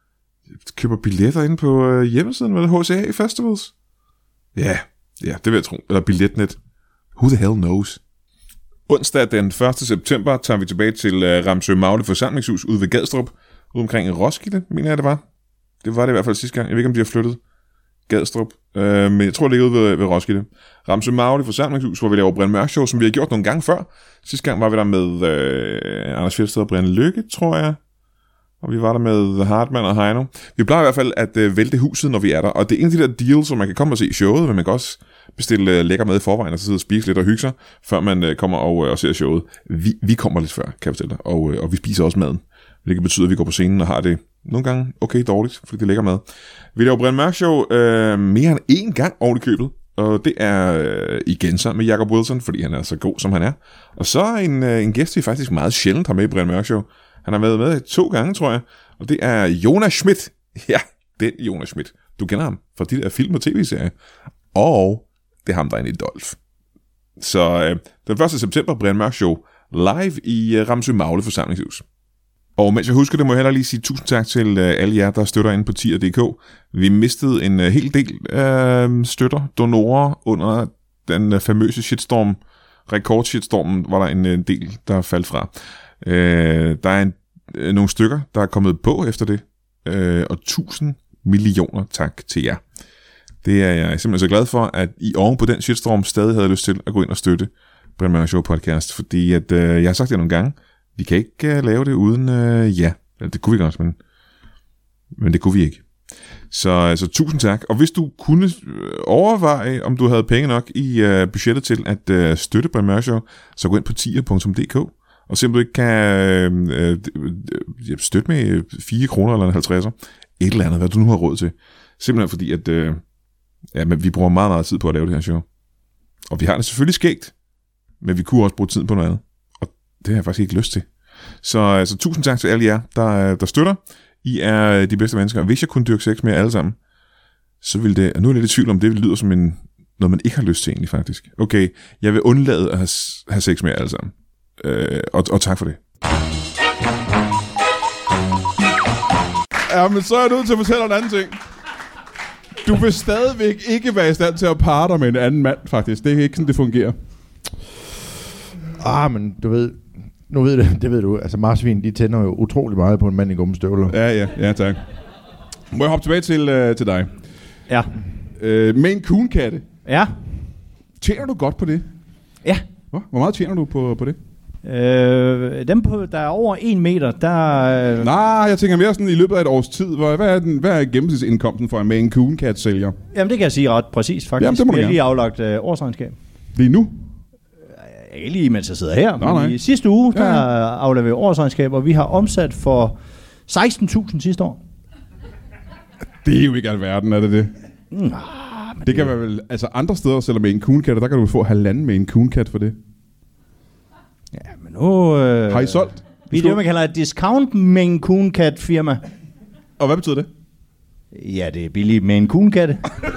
køber billetter ind på øh, hjemmesiden med H C A Festivals. Ja, ja, det vil jeg tro. Eller billetnet. Who the hell knows? Onsdag den første september tager vi tilbage til øh, Ramsø Magle Forsamlingshus ude ved Gadstrup, ude omkring Roskilde, mener jeg det var. Det var det i hvert fald sidste gang. Jeg ved ikke, om de har flyttet Gadstrup, øh, men jeg tror, det ligger ude ved, ved Roskilde. Ramsø Magle Forsamlingshus, hvor vi laver Brian Mørk Show, som vi har gjort nogle gange før. Sidste gang var vi der med øh, Anders Fjeldsted og Brian Lykke, tror jeg. Og vi var der med Hartmann og Heino. Vi plejer i hvert fald at øh, vælte huset, når vi er der. Og det er en af de der deals, hvor man kan komme og se showet, men man kan også bestille øh, lækker mad i forvejen, og så sidde og spise lidt og hygge sig, før man øh, kommer og, øh, og ser showet. Vi, vi kommer lidt før, kan jeg fortælle dig. Og, øh, og vi spiser også maden. Det betyder, at vi går på scenen og har det nogle gange okay dårligt, fordi det er lækker mad. Vi laver Brian Mørk Show øh, mere end én gang oven i købet. Og det er øh, igen sammen med Jacob Wilson, fordi han er så god, som han er. Og så en, øh, en gæst, vi faktisk meget sjældent har med i Brian Mørk Show. Han har været med to gange, tror jeg. Og det er Jonas Schmidt. Ja, den Jonas Schmidt. Du kender ham fra de der film- og tv-serier. Og det er ham, der er en Dolph. Så øh, den første september, Brian Mørk Show live i øh, Ramsø Magle Forsamlingshus. Og mens jeg husker det, må jeg heller lige sige tusind tak til øh, alle jer, der støtter inde på tier punktum d k. Vi mistede en øh, hel del øh, støtter, donorer, under den øh, famøse shitstorm. Rekordshitstormen var der en øh, del, der faldt fra. Øh, der er en, øh, nogle stykker, der er kommet på efter det. Øh, og tusind millioner tak til jer. Det er jeg simpelthen så glad for, at I oven på den shitstorm stadig havde lyst til at gå ind og støtte Brian Mørk Show podcast. Fordi at, øh, jeg har sagt det nogle gange. Vi kan ikke uh, lave det uden uh, ja. Eller, det kunne vi godt, men, men det kunne vi ikke. Så altså, tusind tak. Og hvis du kunne overveje, om du havde penge nok i uh, budgettet til at uh, støtte Brian Mørk Show, så gå ind på tier punktum d k og se om du ikke kan uh, uh, støtte med fire kroner eller en halvtredser. Et eller andet, hvad du nu har råd til. Simpelthen fordi, at uh, ja, men vi bruger meget, meget tid på at lave det her show. Og vi har det selvfølgelig skægt, men vi kunne også bruge tiden på noget andet. Det har jeg faktisk ikke lyst til. Så altså, tusind tak til alle jer, der, der støtter. I er de bedste mennesker. Hvis jeg kunne dyrke sex med jer alle sammen, så ville det... Nu er jeg lidt i tvivl om, det lyder som en, noget, man ikke har lyst til egentlig, faktisk. Okay, jeg vil undlade at have, have sex med jer alle sammen. Øh, og, og tak for det. Ja, men så er jeg nødt til at fortælle en anden ting. Du vil stadigvæk ikke være i stand til at parre dig med en anden mand, faktisk. Det er ikke sådan, det fungerer. Ah, men du ved... Nu ved det, det ved du. Altså, marsvin, de tænder jo utrolig meget på en mand i gummistøvler. Ja, ja, ja, tak. Må jeg hoppe tilbage til, øh, til dig? Ja. Øh, Maine Coon-katte. Ja. Tjener du godt på det? Ja. Hvor, Hvor meget tjener du på, på det? Øh, dem, på, der er over en meter, der... Øh... Nej, jeg tænker mere sådan i løbet af et års tid. Hvad, hvad er, den, hvad er gennemsnitsindkomsten for en Maine Coon-kat-sælger? Jamen, det kan jeg sige ret præcis, faktisk. Jamen, det må vi du har gerne. lige aflagt øh, årsregnskab. Lige nu? Ikke lige, mens jeg sidder her. Nej, men nej. i sidste uge, der Ja, ja. afleverede vi årsregnskab, og vi har omsat for seksten tusind sidste år. Det er jo ikke alverden, er det det? Mm, ah, Det, det kan være vel... Altså andre steder, selvom Maine Coon-katte, der kan du få halvanden Maine Coon-kat for det. Ja, men nu... Øh, Har I solgt? Vi er det, man kalder et discount Maine Coon Cat firma. Og hvad betyder det? Ja, det er billigt Maine Coon katte.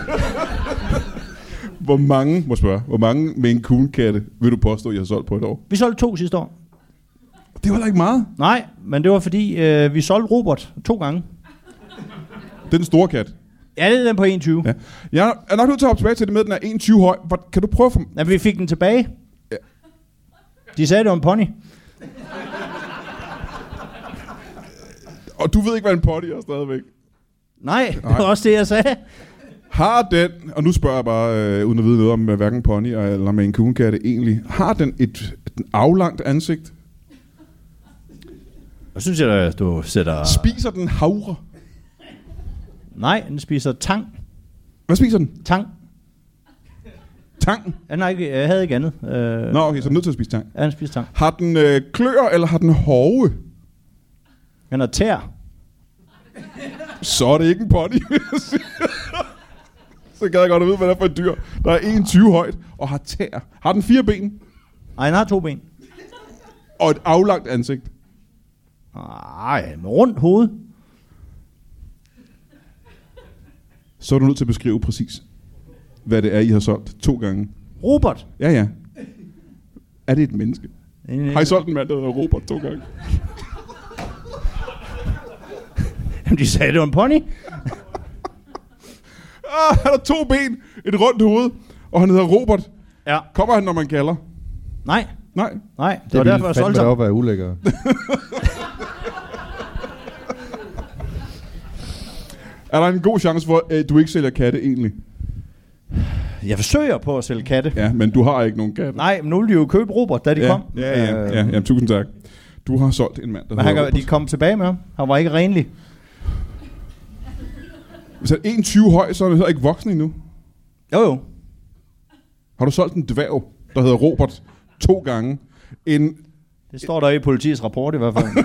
Hvor mange, må jeg spørge, hvor mange Maine Coon-katte vil du påstå, I har solgt på et år? Vi solgte to sidste år. Det var da ikke meget. Nej, men det var fordi, øh, vi solgte Robert to gange. Det er den store kat. Ja, det er den på en komma tyve. Ja. Jeg er nok nødt til at hoppe tilbage til det med, at den er en komma tyve høj. Hvor, kan du prøve for... Ja, vi fik den tilbage. Ja. De sagde, det var en pony. Og du ved ikke, hvad en pony er stadigvæk. Nej, det Nej. var også det, jeg sagde. Har den, og nu spørger jeg bare, øh, uden at vide noget om øh, hverken pony eller Maine Coon-katte egentlig, har den et, et aflangt ansigt? Jeg synes, at du sætter... Spiser den havre? Nej, den spiser tang. Hvad spiser den? Tang. Tang? Ja, nej, jeg havde ikke andet. Øh, Nå, okay, så er den nødt til at spise tang. Ja, den spiser tang. Har den øh, klør, eller har den hove? Den har tær. Så er det ikke en pony, vil jeg sige. Så kan jeg godt at vide, hvad det er for et dyr. Der er en komma tyve højt og har tær. Har den fire ben? Nej, den har to ben. Og et aflangt ansigt. Nej, med rundt hoved. Så er du nødt til at beskrive præcis, hvad det er, I har solgt to gange. Robert. Ja, ja. Er det et menneske? En, Har I solgt en mand, der hedder Robert to gange? Jamen, de sagde, det var en pony. Ah, han har to ben, et rundt hoved, og han hedder Robert. Ja. Kommer han, når man kalder? Nej, Nej. nej. Det, det var derfor, jeg solgte Det ham. op af ulækker. Er der en god chance for, at du ikke sælger katte egentlig? Jeg forsøger på at sælge katte. Ja, men du har ikke nogen katte. Nej, men nu ville de jo købe Robert, da de ja, kom. Ja, ja, Øh, ja, ja, tusind tak. Du har solgt en mand, der Men han, hedder de kom tilbage med ham. Han var ikke renlig. Hvis han er en komma tyve høj, så er han heller ikke voksen endnu. Jo, jo. Har du solgt en dværg, der hedder Robert, to gange? En... Det står der i politiets rapport i hvert fald.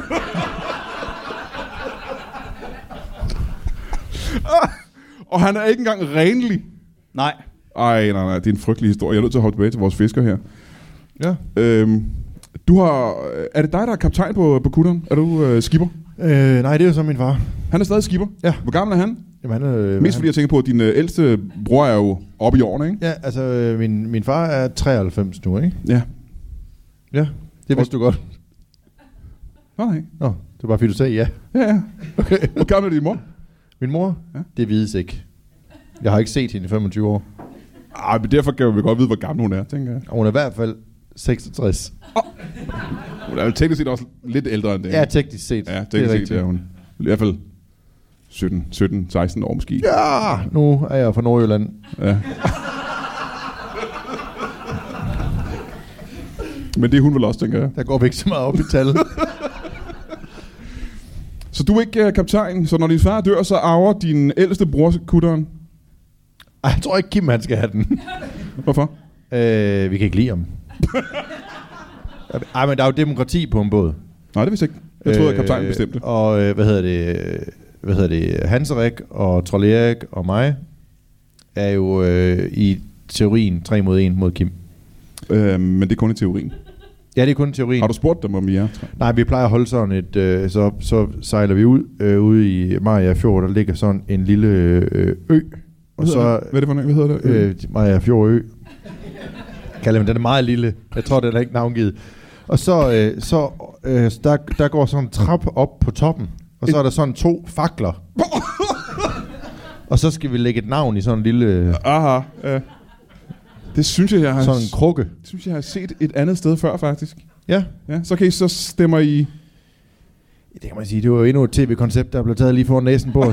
Og han er ikke engang renlig. Nej. Ej, nej, nej, det er en frygtelig historie. Jeg er nødt til at hoppe tilbage til vores fisker her. Ja. Øhm, du har... Er det dig, der er kaptajn på, på kutteren? Er du øh, skipper? Øh, nej, det er jo så min far. Han er stadig skipper? Ja. Hvor gammel er han? Jamen, han er, øh, Mest han, fordi jeg tænker på, at din øh, ældste bror er jo oppe i årene, ikke? Ja, altså, øh, min, min far er treoghalvfems nu, ikke? Ja. Ja, det vidste du godt. Nej, nej. Nå, det var bare fordi, du sagde ja. Ja, ja. Okay. Hvor gammel er din mor? Min mor? Ja. Det vides ikke. Jeg har ikke set hende i femogtyve år. Ej, men derfor kan vi godt vide, hvor gammel hun er, tænker jeg. Og hun er i hvert fald seksogtres. Hun er jo teknisk set også lidt ældre end det. Ja, teknisk set. Ja, det er teknisk set rigtigt. er hun. I hvert fald sytten, sytten, seksten år måske. Ja, nu er jeg fra Nordjylland. Ja. Men det er hun vel også, tænker jeg. Der går vi ikke så meget op i tallet. Så du er ikke uh, kaptajn, så når din far dør, så arver din ældste bror kutteren? Ej, jeg tror ikke, Kim han skal have den. Hvorfor? øh, vi kan ikke lide ham. Ej, men der er jo demokrati på en båd. Nej, det vidste jeg ikke. Jeg troede, at kaptajnen bestemte. Og øh, hvad hedder det? Hvad hedder det? Hans Erik og Trold Erik og mig er jo øh, i teorien tre mod en mod Kim. Øh, men det er kun i teorien. Ja, det er kun teorien. Har du spurgt dem, om I er? Nej, vi plejer at holde sådan et, øh, så, så sejler vi ud øh, ude i Maria Fjord, der ligger sådan en lille øh, ø. Og Hvad så, hedder det? Hvad er det for en ø? Hvad hedder det? Øh, Maria Fjord ø. Kalder man, den er meget lille. Jeg tror, den er ikke navngivet. Og så, øh, så øh, der, der går sådan en trap op på toppen Og så er der sådan to fakler. Og så skal vi lægge et navn i sådan en lille... Aha, ja. Det synes jeg, jeg har... Sådan en krukke. Det synes jeg, jeg har set et andet sted før, faktisk. Ja. Ja, så kan I så stemmer I... Det kan man sige, det var jo endnu et tv-koncept, der blev taget lige foran næsen på os.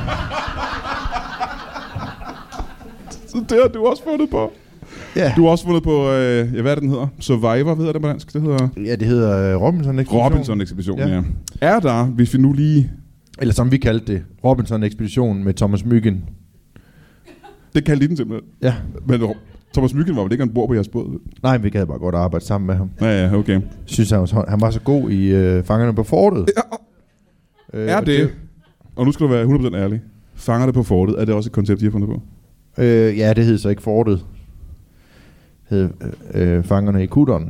Så det har du også fundet på. Ja. Du har også fundet på, øh, ja, hvad er det, den hedder? Survivor, ved jeg det på dansk? Det hedder... Ja, det hedder uh, Robinson-ekspedition. Robinson-ekspeditionen, ja. Ja. Er der, hvis vi nu lige... Eller som vi kaldte det, Robinson-ekspeditionen med Thomas Myggen. Det kaldte I den simpelthen. Ja. Men Thomas Myggen var vel ikke ombord på jeres båd? Nej, vi gad bare godt arbejde sammen med ham. Ja, ja, okay. Synes han, var- han var så god i øh, Fangerne på Fortet. Ja. Øh, er det, det, og nu skal du være hundrede procent ærlig, Fangerne på Fortet, er det også et koncept, I har fundet på? Øh, ja, det hed så ikke Fortet. Det hed øh, øh, Fangerne i Kutteren.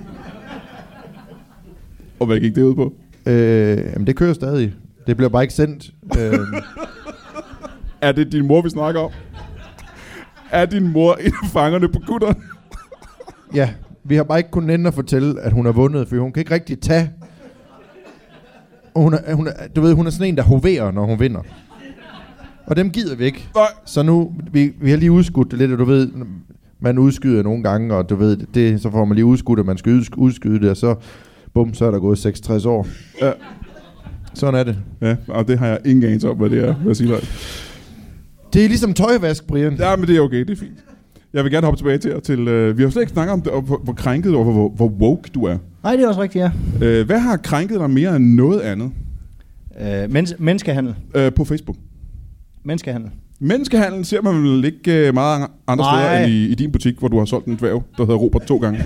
Og hvad gik det ud på? Øh, jamen, det kører stadig. Det bliver bare ikke sendt. øh, Er det din mor, vi snakker om? Er din mor en af fangerne på Kutteren? ja, vi har bare ikke kunnet ende at fortælle, at hun har vundet, for hun kan ikke rigtig tage... Og hun er, hun er, du ved, hun er sådan en, der hoverer, når hun vinder. Og dem gider vi ikke. Nej. Så nu, vi, vi har lige udskudt det lidt, og du ved, man udskyder nogle gange, og du ved, det, så får man lige udskudt, at man skal udsky- udskyde det, og så, bum, så er der gået seksogtres år. Ja. Sådan er det. Ja, og det har jeg ingen anelse om, hvad det er. Hvad siger jeg? Det er ligesom tøjvask, Brian. Ja, men det er okay, det er fint. Jeg vil gerne hoppe tilbage til, til uh, vi har slet ikke snakket om det, og hvor, hvor krænket og hvor, hvor woke du er. Nej, det er også rigtigt, ja. Uh, hvad har krænket dig mere end noget andet? Øh, mens- menneskehandel. Uh, på Facebook. Menneskehandel. Menneskehandel ser man vel ikke uh, meget andre Nej. steder end i, i din butik, hvor du har solgt en dværg, der hedder Robert to gange.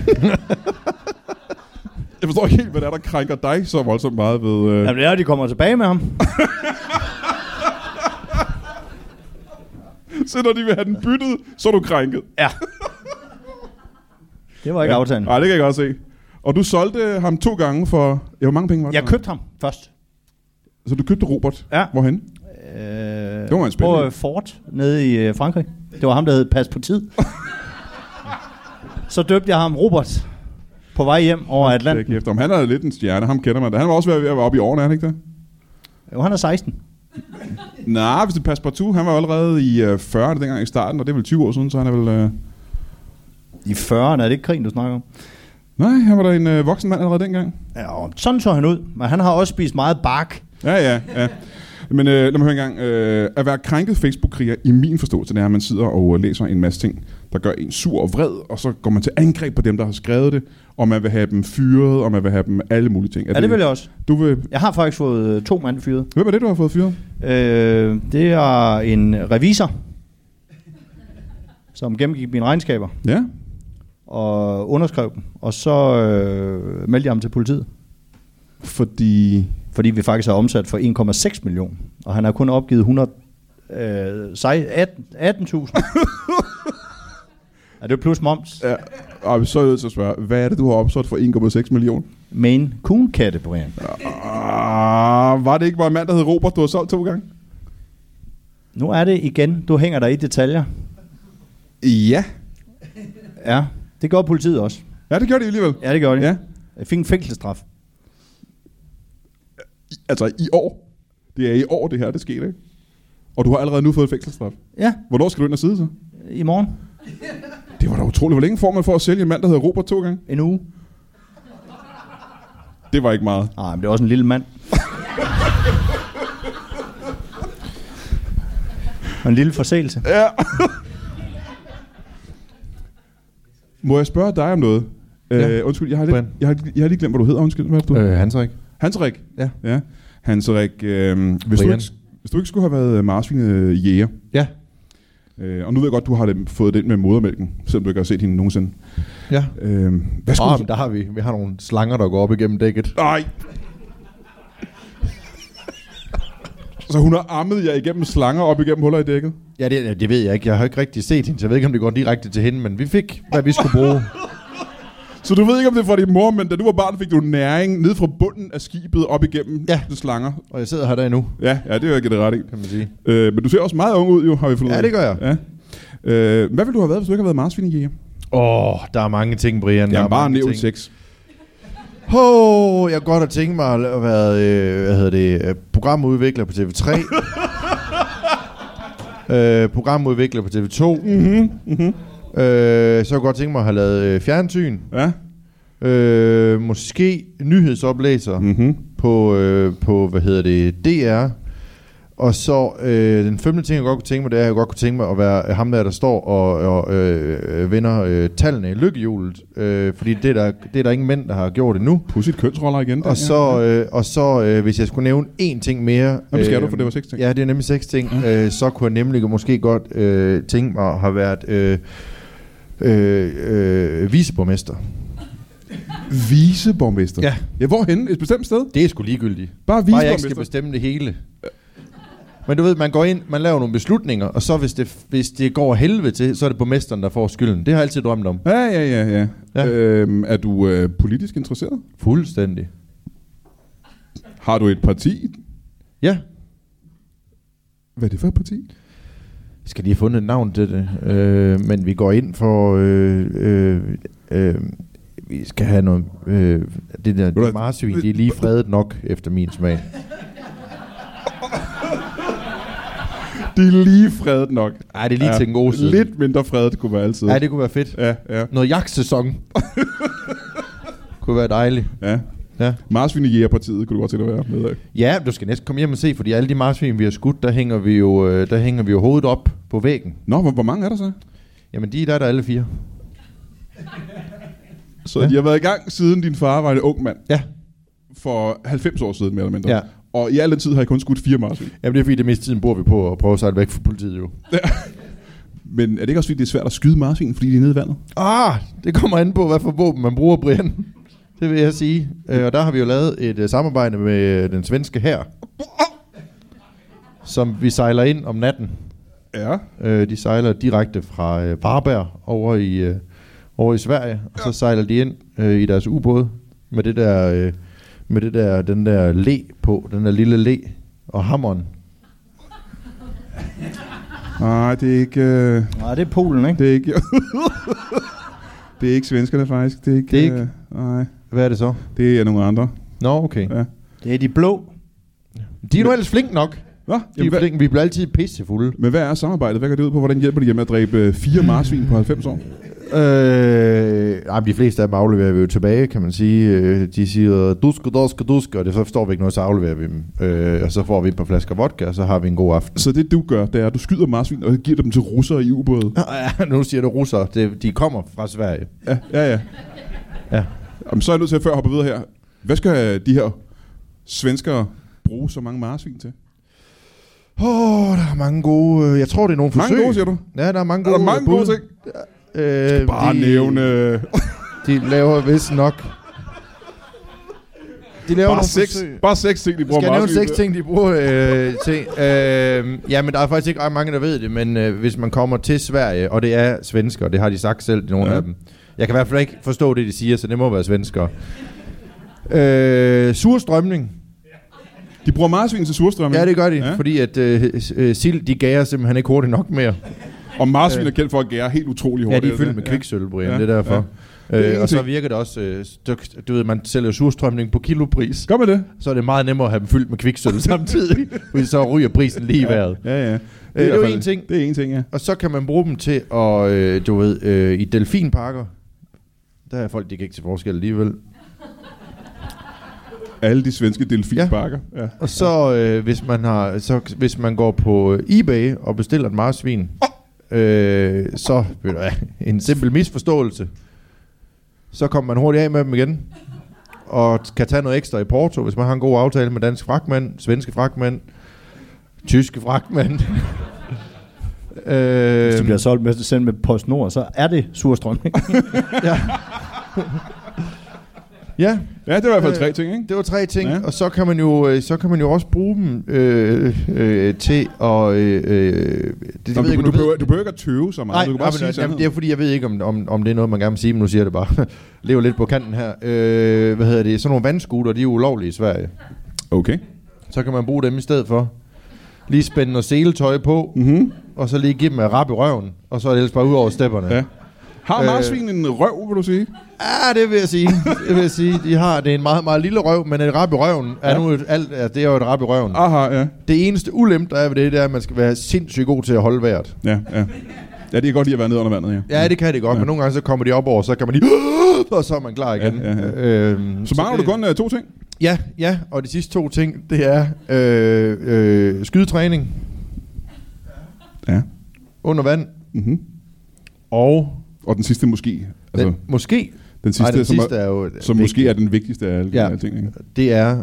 Jeg forstår ikke helt, hvad der er, der krænker dig så voldsomt meget ved... Uh... Jamen det er, de kommer tilbage med ham. Så når de vil have den byttet, så er du krænket. Ja. Det var ikke ja. aftalen. Nej, det kan jeg godt se. Og du solgte ham to gange for... Ja, hvor mange penge var det? Jeg købte ham først. Så du købte Robert? Ja. Hvorhen? Øh, det var en spændende. På uh, Ford nede i uh, Frankrig. Det var ham, der hed Pas på tid. Så døbte jeg ham Robert på vej hjem over Atlanten. Om han er lidt en stjerne, ham kender man da. Han var også ved at være oppe i årene, er han ikke det? Jo, han er seksten. Nej, hvis det passer på to, han var allerede i uh, fyrrerne dengang i starten, og det er vel tyve år siden, så han er vel... Uh... I fyrrerne, er det ikke krigen, du snakker om? Nej, han var da en uh, voksen mand allerede dengang. Ja, sådan så han ud, men han har også spist meget bark. Ja, ja, ja. Men øh, lad mig høre en gang. Øh, at være krænket Facebook-kriger, i min forståelse, det er, at man sidder og læser en masse ting, der gør en sur og vred, og så går man til angreb på dem, der har skrevet det, og man vil have dem fyret, og man vil have dem alle mulige ting. Er ja, det, det vil jeg også. Du vil... Jeg har faktisk fået to mand fyret. Hvem er det, du har fået fyret? Øh, det er en revisor, som gennemgik mine regnskaber. Ja. Og underskrev dem. Og så øh, meldte jeg ham til politiet. Fordi... Fordi vi faktisk har omsat for en komma seks millioner. Og han har kun opgivet hundrede, øh, atten tusind. Er det plus moms? Ja, og så er jeg nødt til at spørge, hvad er det, du har opsat for en komma seks millioner? Maine Coon katte, Brian. Ah, var det ikke bare en mand, der hed Robert, du har solgt to gange? Nu er det igen. Du hænger der i detaljer. Ja. Ja, det gør politiet også. Ja, det gør de alligevel. Ja, det gør de. Ja. Jeg fik en fængselsstraf. Altså i år. Det er i år, det her, det sker, ikke? Og du har allerede nu fået fængselsstraf. Ja. Hvornår skal du ind og sidde så? I morgen. Det var da utroligt. Hvor længe får man for at sælge en mand, der hedder Robert to gange? En uge. Det var ikke meget. Nej, men det er også en lille mand. Og en lille forseelse. Ja. Må jeg spørge dig om noget? Ja. Øh, undskyld, jeg har, lidt, jeg, har, jeg har lige glemt, hvad du hedder. Undskyld, hvad er du? Øh, Hansrik. Hansrik? Ja. Ja. Hansrik, øh, hvis, du ikke, hvis du ikke skulle have været marsvinet jæger. Ja. Øh, og nu ved jeg godt, du har det, fået den med modermælken, selvom du ikke har set hende nogensinde. Ja. Øh, hvad skulle oh, du... der har vi. Vi har nogle slanger, der går op igennem dækket. Nej. Så hun har ammet jer igennem slanger op igennem huller i dækket? Ja, det, det ved jeg ikke. Jeg har ikke rigtig set hende, så jeg ved ikke, om det går direkte til hende, men vi fik, hvad vi skulle bruge. Så du ved ikke, om det er fra din mor, men da du var barn, fik du næring ned fra bunden af skibet op igennem ja. de slanger. Og jeg sidder her der endnu. Ja, ja, det er jo ikke det ret i, kan man sige. Øh, men du ser også meget ung ud, jo, har vi fundet. Ja, det gør jeg. Ja. Øh, hvad ville du have været, hvis du ikke havde været marsvinejæger? Åh, oh, der er mange ting, Brian. Ja, bare nævnt seks. Åh, oh, jeg kunne godt have tænkt mig at være, øh, hvad hedder det, programudvikler på T V tre. øh, programudvikler på T V to. Mm-hmm. Mm-hmm. Øh, så kunne jeg godt tænke mig at have lavet øh, fjernsyn. Ja. Øh, måske nyhedsoplæser mm-hmm. på, øh, på, hvad hedder det, D R. Og så øh, den femte ting, jeg godt kunne tænke mig, det er, at jeg godt kunne tænke mig at være ham der, der står og, og øh, vinder øh, tallene i lykkehjulet. Øh, fordi det er, der, det er der ingen mænd, der har gjort endnu. Pudsigt kønsroller igen. Der, og så, øh, og så øh, hvis jeg skulle nævne én ting mere... Hvad skal øh, du, for det var seks ting? Ja, det er nemlig seks ting. Mm. Øh, så kunne jeg nemlig måske godt øh, tænke mig at have været øh, øh, øh, viceborgmester. Viceborgmester? Ja. Ja, hvorhenne? Et bestemt sted? Det er sgu ligegyldigt. Bare viceborgmester? Bare jeg ikke skal bestemme det hele. Men du ved, man går ind, man laver nogle beslutninger, og så hvis det, hvis det går helvede til, så er det borgmesteren, der får skylden. Det har jeg altid drømt om. Ja, ja, ja. ja. ja. Øhm, er du øh, politisk interesseret? Fuldstændig. Har du et parti? Ja. Hvad er det for et parti? Jeg skal lige have fundet et navn til det. Øh, men vi går ind for... Øh, øh, øh, vi skal have noget... Øh, det der de marsvin, de er lige fredet nok efter min smag. De er lige fredet nok. Nej, det er lige ja, til en god side. Lidt mindre fredet kunne være altid. Ja, det kunne være fedt. Ja, ja. Noget jagtsæson. Kunne være dejligt. Ja. Ja. Marsvinejægerpartiet kunne du godt til at være med af. Ja, du skal næsten komme hjem og se, fordi alle de marsvin, vi har skudt, der hænger vi jo, der hænger vi jo hovedet op på væggen. Nå, hvor, hvor mange er der så? Jamen, de der er der alle fire. Så ja. De har været i gang siden din far var en ung mand? Ja. For halvfems år siden, mere eller mindre? Ja. Og i al den tid har jeg kun skudt fire marsvin? Jamen, det er fordi, det meste tiden bor vi på at prøve at sejle væk fra politiet jo. Ja. Men er det ikke også fordi, det er svært at skyde marsvin, fordi de er nede i vandet? Ah, det kommer an på, hvad for våben man bruger, Brian. Det vil jeg sige. Og der har vi jo lavet et uh, samarbejde med den svenske hær, som vi sejler ind om natten. Ja. Uh, de sejler direkte fra uh, Varberg over i, uh, over i Sverige, og så sejler de ind uh, i deres ubåd med det der, uh, med det der, den der le på, den der lille le og hammeren. Nej, det er ikke... Øh... Nej, det er Polen, ikke? Det er ikke... det er ikke svenskerne, faktisk. Det er ikke... Det er ikke... Øh... Nej. Hvad er det så? Det er nogle andre. Nå, okay. Ja. Det er de blå. De er nu ellers flink nok. Nå, de er flink. Vi bliver altid pissefulde. Men hvad er samarbejdet? Hvad går det ud på? Hvordan hjælper de jer med at dræbe fire marsvin på halvfems år? Øh, ej, de fleste af dem afleverer vi jo tilbage, kan man sige. De siger, dusk, dusk, dusk, og det så forstår vi ikke noget, så afleverer vi dem. Øh, og så får vi et par flasker vodka, og så har vi en god aften. Så det du gør, det er, at du skyder marsvin og giver dem til russere i ubåde? Ja, nu siger du russere. Det, de kommer fra Sverige. Ja, ja, ja. ja. Jamen, så er jeg nødt til at før hoppe videre her. Hvad skal de her svenskere bruge så mange marsvin til? Åh, oh, der er mange gode... Jeg tror, det er nogle forsøg. Mange gode, siger du? Ja, der er mange gode Er der mange bud. gode ting? Ja, øh, bare de, nævne... de laver vist nok... De laver bare, seks, forsøg. bare seks ting, de bruger marsvin. marsvin. Skal jeg nævne seks ting, de bruger øh, ting? Øh, ja, men der er faktisk ikke ret mange, der ved det, men øh, hvis man kommer til Sverige, og det er svensker, det har de sagt selv, nogle ja. af dem. Jeg kan i hvert fald ikke forstå det, de siger, så det må være svensker. Øh, surstrømning. De bruger marsvin til surstrømning? Ja, det gør de, ja. fordi at øh, øh, sild, de gærer simpelthen ikke hurtigt nok mere. Og marsvin øh. er kendt for at gære helt utrolig hurtigt. Ja, de er fyldt med kviksølv, Brian, ja. Det er derfor. Ja. Det er øh, og så virker det også, øh, du, du ved, man sælger surstrømning på kilopris. Gør man det? Så er det meget nemmere at have dem fyldt med kviksølv samtidig, fordi så ryger prisen lige i vejret. Ja, ja. Det er, øh, det er jo en ting. Det er en ting, ja. Og så kan man bruge dem til at, øh, du ved, øh, i delfinparker, der er folk, de kan ikke til forskel alligevel. Alle de svenske delfinparker. Ja. Ja. Og så, øh, hvis man har, så hvis man går på eBay og bestiller et marsvin, øh, så ved du hvad, en simpel misforståelse. Så kommer man hurtigt af med dem igen, og kan tage noget ekstra i Porto, hvis man har en god aftale med danske fragtmænd, svenske fragtmænd, tyske fragtmænd. øh, Hvis du bliver solgt med sendt med PostNord, så er det surstrømning. Ja. Ja. Ja, det var i hvert fald tre ting, ikke? Det var tre ting, ja. Og så kan man jo så kan man jo også bruge dem øh, øh, til at øh, det, Nå, ved du, ikke, du, behøver, du behøver ikke at tøve så meget. Nej, du kan bare nej, sige jamen, det er fordi jeg ved ikke om, om, om det er noget man gerne vil sige, men nu siger jeg det bare. Lever lidt på kanten her. Øh, hvad hedder det? Sådan nogle vandscooter, de er ulovlige i Sverige. Okay. Så kan man bruge dem i stedet for. Lige spænde noget seletøj på, mm-hmm. og så lige give dem et rap i røven, og så er det ellers bare ud over stepperne. Ja. Har marsvin en røv, vil du sige? Ja, det vil jeg sige. Det vil jeg sige. De har, det er en meget, meget lille røv, men et rap i røven er ja. nu et, alt, ja, det er jo et rap i røven. Aha, ja. Det eneste ulempe, der er ved det, det er, at man skal være sindssygt god til at holde vejret. Ja, ja. Ja, det er godt lige at være nede under vandet, ja. Ja, det kan det godt, ja. Men nogle gange så kommer de op over, så kan man lige... Og så er man klar igen. Ja, ja, ja. Øhm, så mangler du kun uh, to ting? Ja, ja, og de sidste to ting, det er øh, øh, skydetræning. Ja. Under vand. Mm-hmm. Og... Og den sidste måske. Altså, den, måske. Den sidste, Ej, den som, sidste er, er jo som måske er den vigtigste af alle ja, de ting. Ikke? Det er...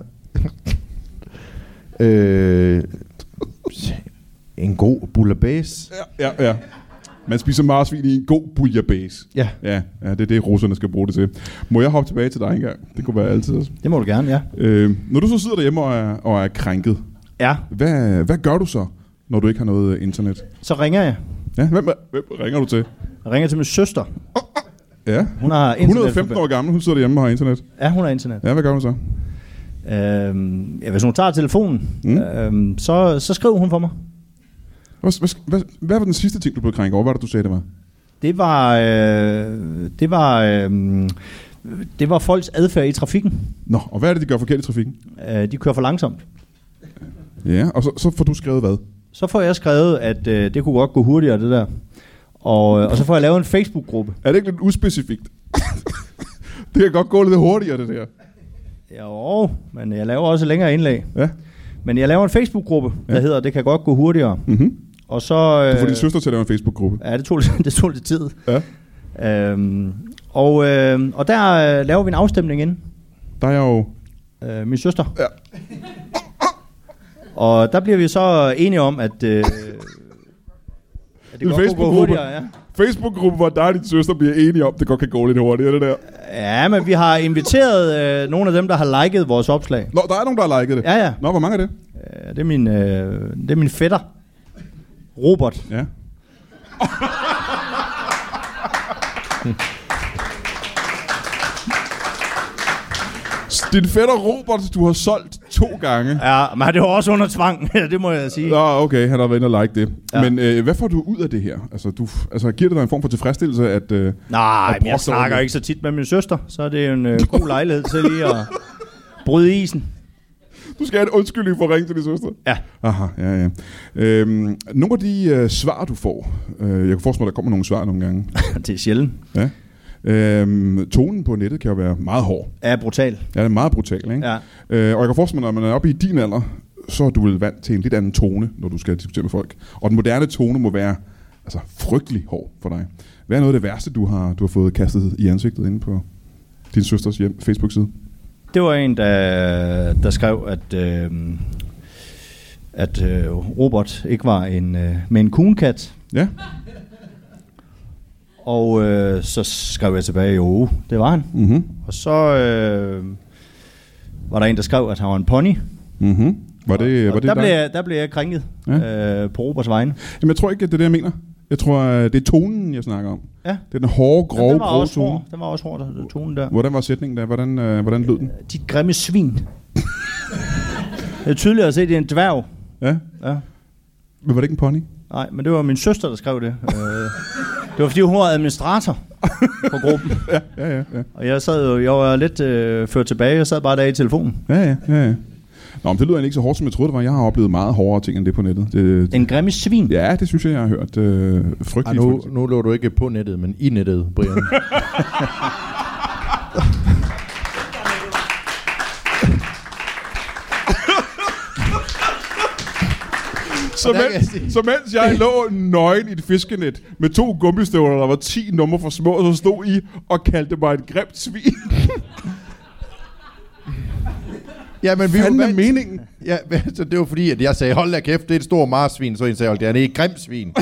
øh, en god bouillabaisse. Ja, ja, ja. Man spiser marsvin i en god bouillabaisse. Ja. Ja, ja, det er det, russerne skal bruge det til. Må jeg hoppe tilbage til dig engang? Det kunne være altid. Det må du gerne, ja. Øh, når du så sidder derhjemme og er, og er krænket, ja. hvad, hvad gør du så, når du ikke har noget internet? Så ringer jeg. Ja, hvem, hvem ringer du til? Jeg ringer til min søster. Ja, hun har internet. hun er femten år gammel, hun sidder derhjemme og har internet. Ja, hun har internet. Ja, hvad gør hun så? Øhm, ja, hvis hun tager telefonen, mm. øhm, så, så skriver hun for mig. Hvad, hvad, hvad, hvad var den sidste ting, du blev krænket over? Hvad var det, du sagde, det var? Det var, øh, det var, øh, det var folks adfærd i trafikken. Nå, og hvad er det, de gør forkert i trafikken? Øh, de kører for langsomt. Ja, og så, så får du skrevet hvad? Så får jeg skrevet, at øh, det kunne godt gå hurtigere, det der. Og, og så får jeg lavet en Facebook-gruppe. Er det ikke lidt uspecifikt? Det kan godt gå lidt hurtigere, det der. Jo, men jeg laver også længere indlæg. Ja. Men jeg laver en Facebook-gruppe, der ja. hedder, det kan godt gå hurtigere. Mm-hmm. Og så... Øh, du får din søster til at lave en Facebook-gruppe. Ja, det tog, det tog lidt tid. Ja. Øhm, og, øh, og der øh, laver vi en afstemning ind. Der er jo... Øh, min søster. Ja. Og der bliver vi så enige om, at... Øh, at det en godt gå hurtigere, ja. Facebook-gruppe, hvor dig og din søster bliver enige om, det godt kan gå lidt hurtigere, det der. Ja, men vi har inviteret øh, nogle af dem, der har liket vores opslag. Nå, der er nogen, der har liket det? Ja, ja. Nå, hvor mange er det? Øh, det, er min, øh, det er min fætter. Robert. Ja. Din fætter Robert, du har solgt to gange. Ja, men det var også under tvang, det må jeg sige. Nå, okay, han har været inde og like det. Ja. Men øh, hvad får du ud af det her? Altså, du, altså giver det dig en form for tilfredsstillelse, at... Øh, Nej, at men jeg snakker ikke så tit med min søster, så er det jo en øh, god lejlighed til lige at bryde isen. Du skal have en undskyldning for at ringe til din søster? Ja. Aha, ja, ja. Øhm, nogle af de øh, svar, du får, øh, jeg kan forestille mig, at der kommer nogle svar nogle gange. Det er sjældent. Ja. Øhm, tonen på nettet kan jo være meget hård. Ja, brutal. Ja, det er meget brutal, ikke? Ja. Øh, og jeg kan forestille mig, at når man er oppe i din alder, så er du vel vant til en lidt anden tone, når du skal diskutere med folk. Og den moderne tone må være altså, frygtelig hård for dig. Hvad er noget af det værste, du har, du har fået kastet i ansigtet inde på din søsters hjem, Facebook-side? Det var en, der, der skrev, at, øh, at øh, Robert ikke var en øh, med en coonkat. Ja. Og øh, så skrev jeg tilbage, jo, det var han. Mm-hmm. Og så øh, var der en, der skrev, at han var en pony. Mm-hmm. Var det, og, var det der, der? blev jeg, der blev jeg krænket ja. øh, på Roberts vegne. Jamen, jeg tror ikke, at det er det, jeg mener. Jeg tror, det er tonen, jeg snakker om. Ja. Det er den hårde, grove, grove tone. Hård. Den var også hård, der, tonen der. Hvordan var sætningen der? Hvordan, øh, hvordan lød den? De grimme svin. Det er tydeligt at se, at det er en dværg. Ja? Ja. Men var det ikke en pony? Nej, men det var min søster, der skrev det. Det var fordi, hun var administrator på gruppen. Ja, ja, ja, ja. Og jeg sad jo, jeg var lidt øh, ført tilbage, jeg sad bare der i telefonen. Ja, ja, ja, ja. Nå, men det lyder egentlig ikke så hårdt, som jeg troede, det var. Jeg har oplevet meget hårdere ting end det på nettet. Det, en grimme svin? Ja, det synes jeg, jeg har hørt. Øh, frygteligt. Nu, nu lå du ikke på nettet, men i nettet, Brian. Så, mens, så mens jeg lå nøgen i et fiskenet med to gummistøvler, der var ti numre for små, så stod I og kaldte mig et grimt svin. Ja, men vi Fanden var er meningen. Ja, så det var fordi, at jeg sagde, hold da kæft, det er et stort marsvin. Så en sagde, det er et grimt svin.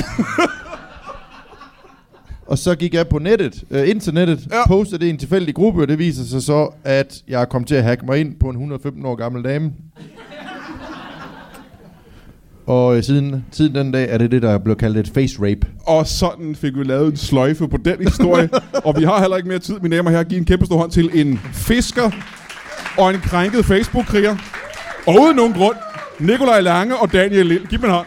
Og så gik jeg på nettet, øh, internettet, ja. Postede det i en tilfældig gruppe, og det viser sig så, at jeg kom til at hacke mig ind på en et hundrede og femten år gammel dame. Og øh, siden, siden den dag er det det, der er blevet kaldt et face rape. Og sådan fik vi lavet en sløjfe på den historie. Og vi har heller ikke mere tid, mine damer og herrer, at give en kæmpe stor hånd til en fisker og en krænket Facebook-kriger. Og uden nogen grund, Nikolaj Lange og Daniel Lind. Giv mig en hånd.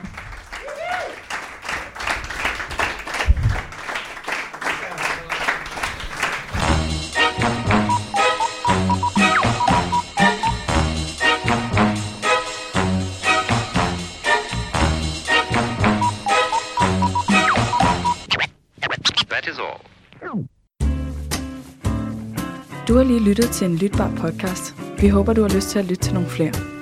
Du har lige lyttet til en lytbar podcast. Vi håber, du har lyst til at lytte til nogle flere.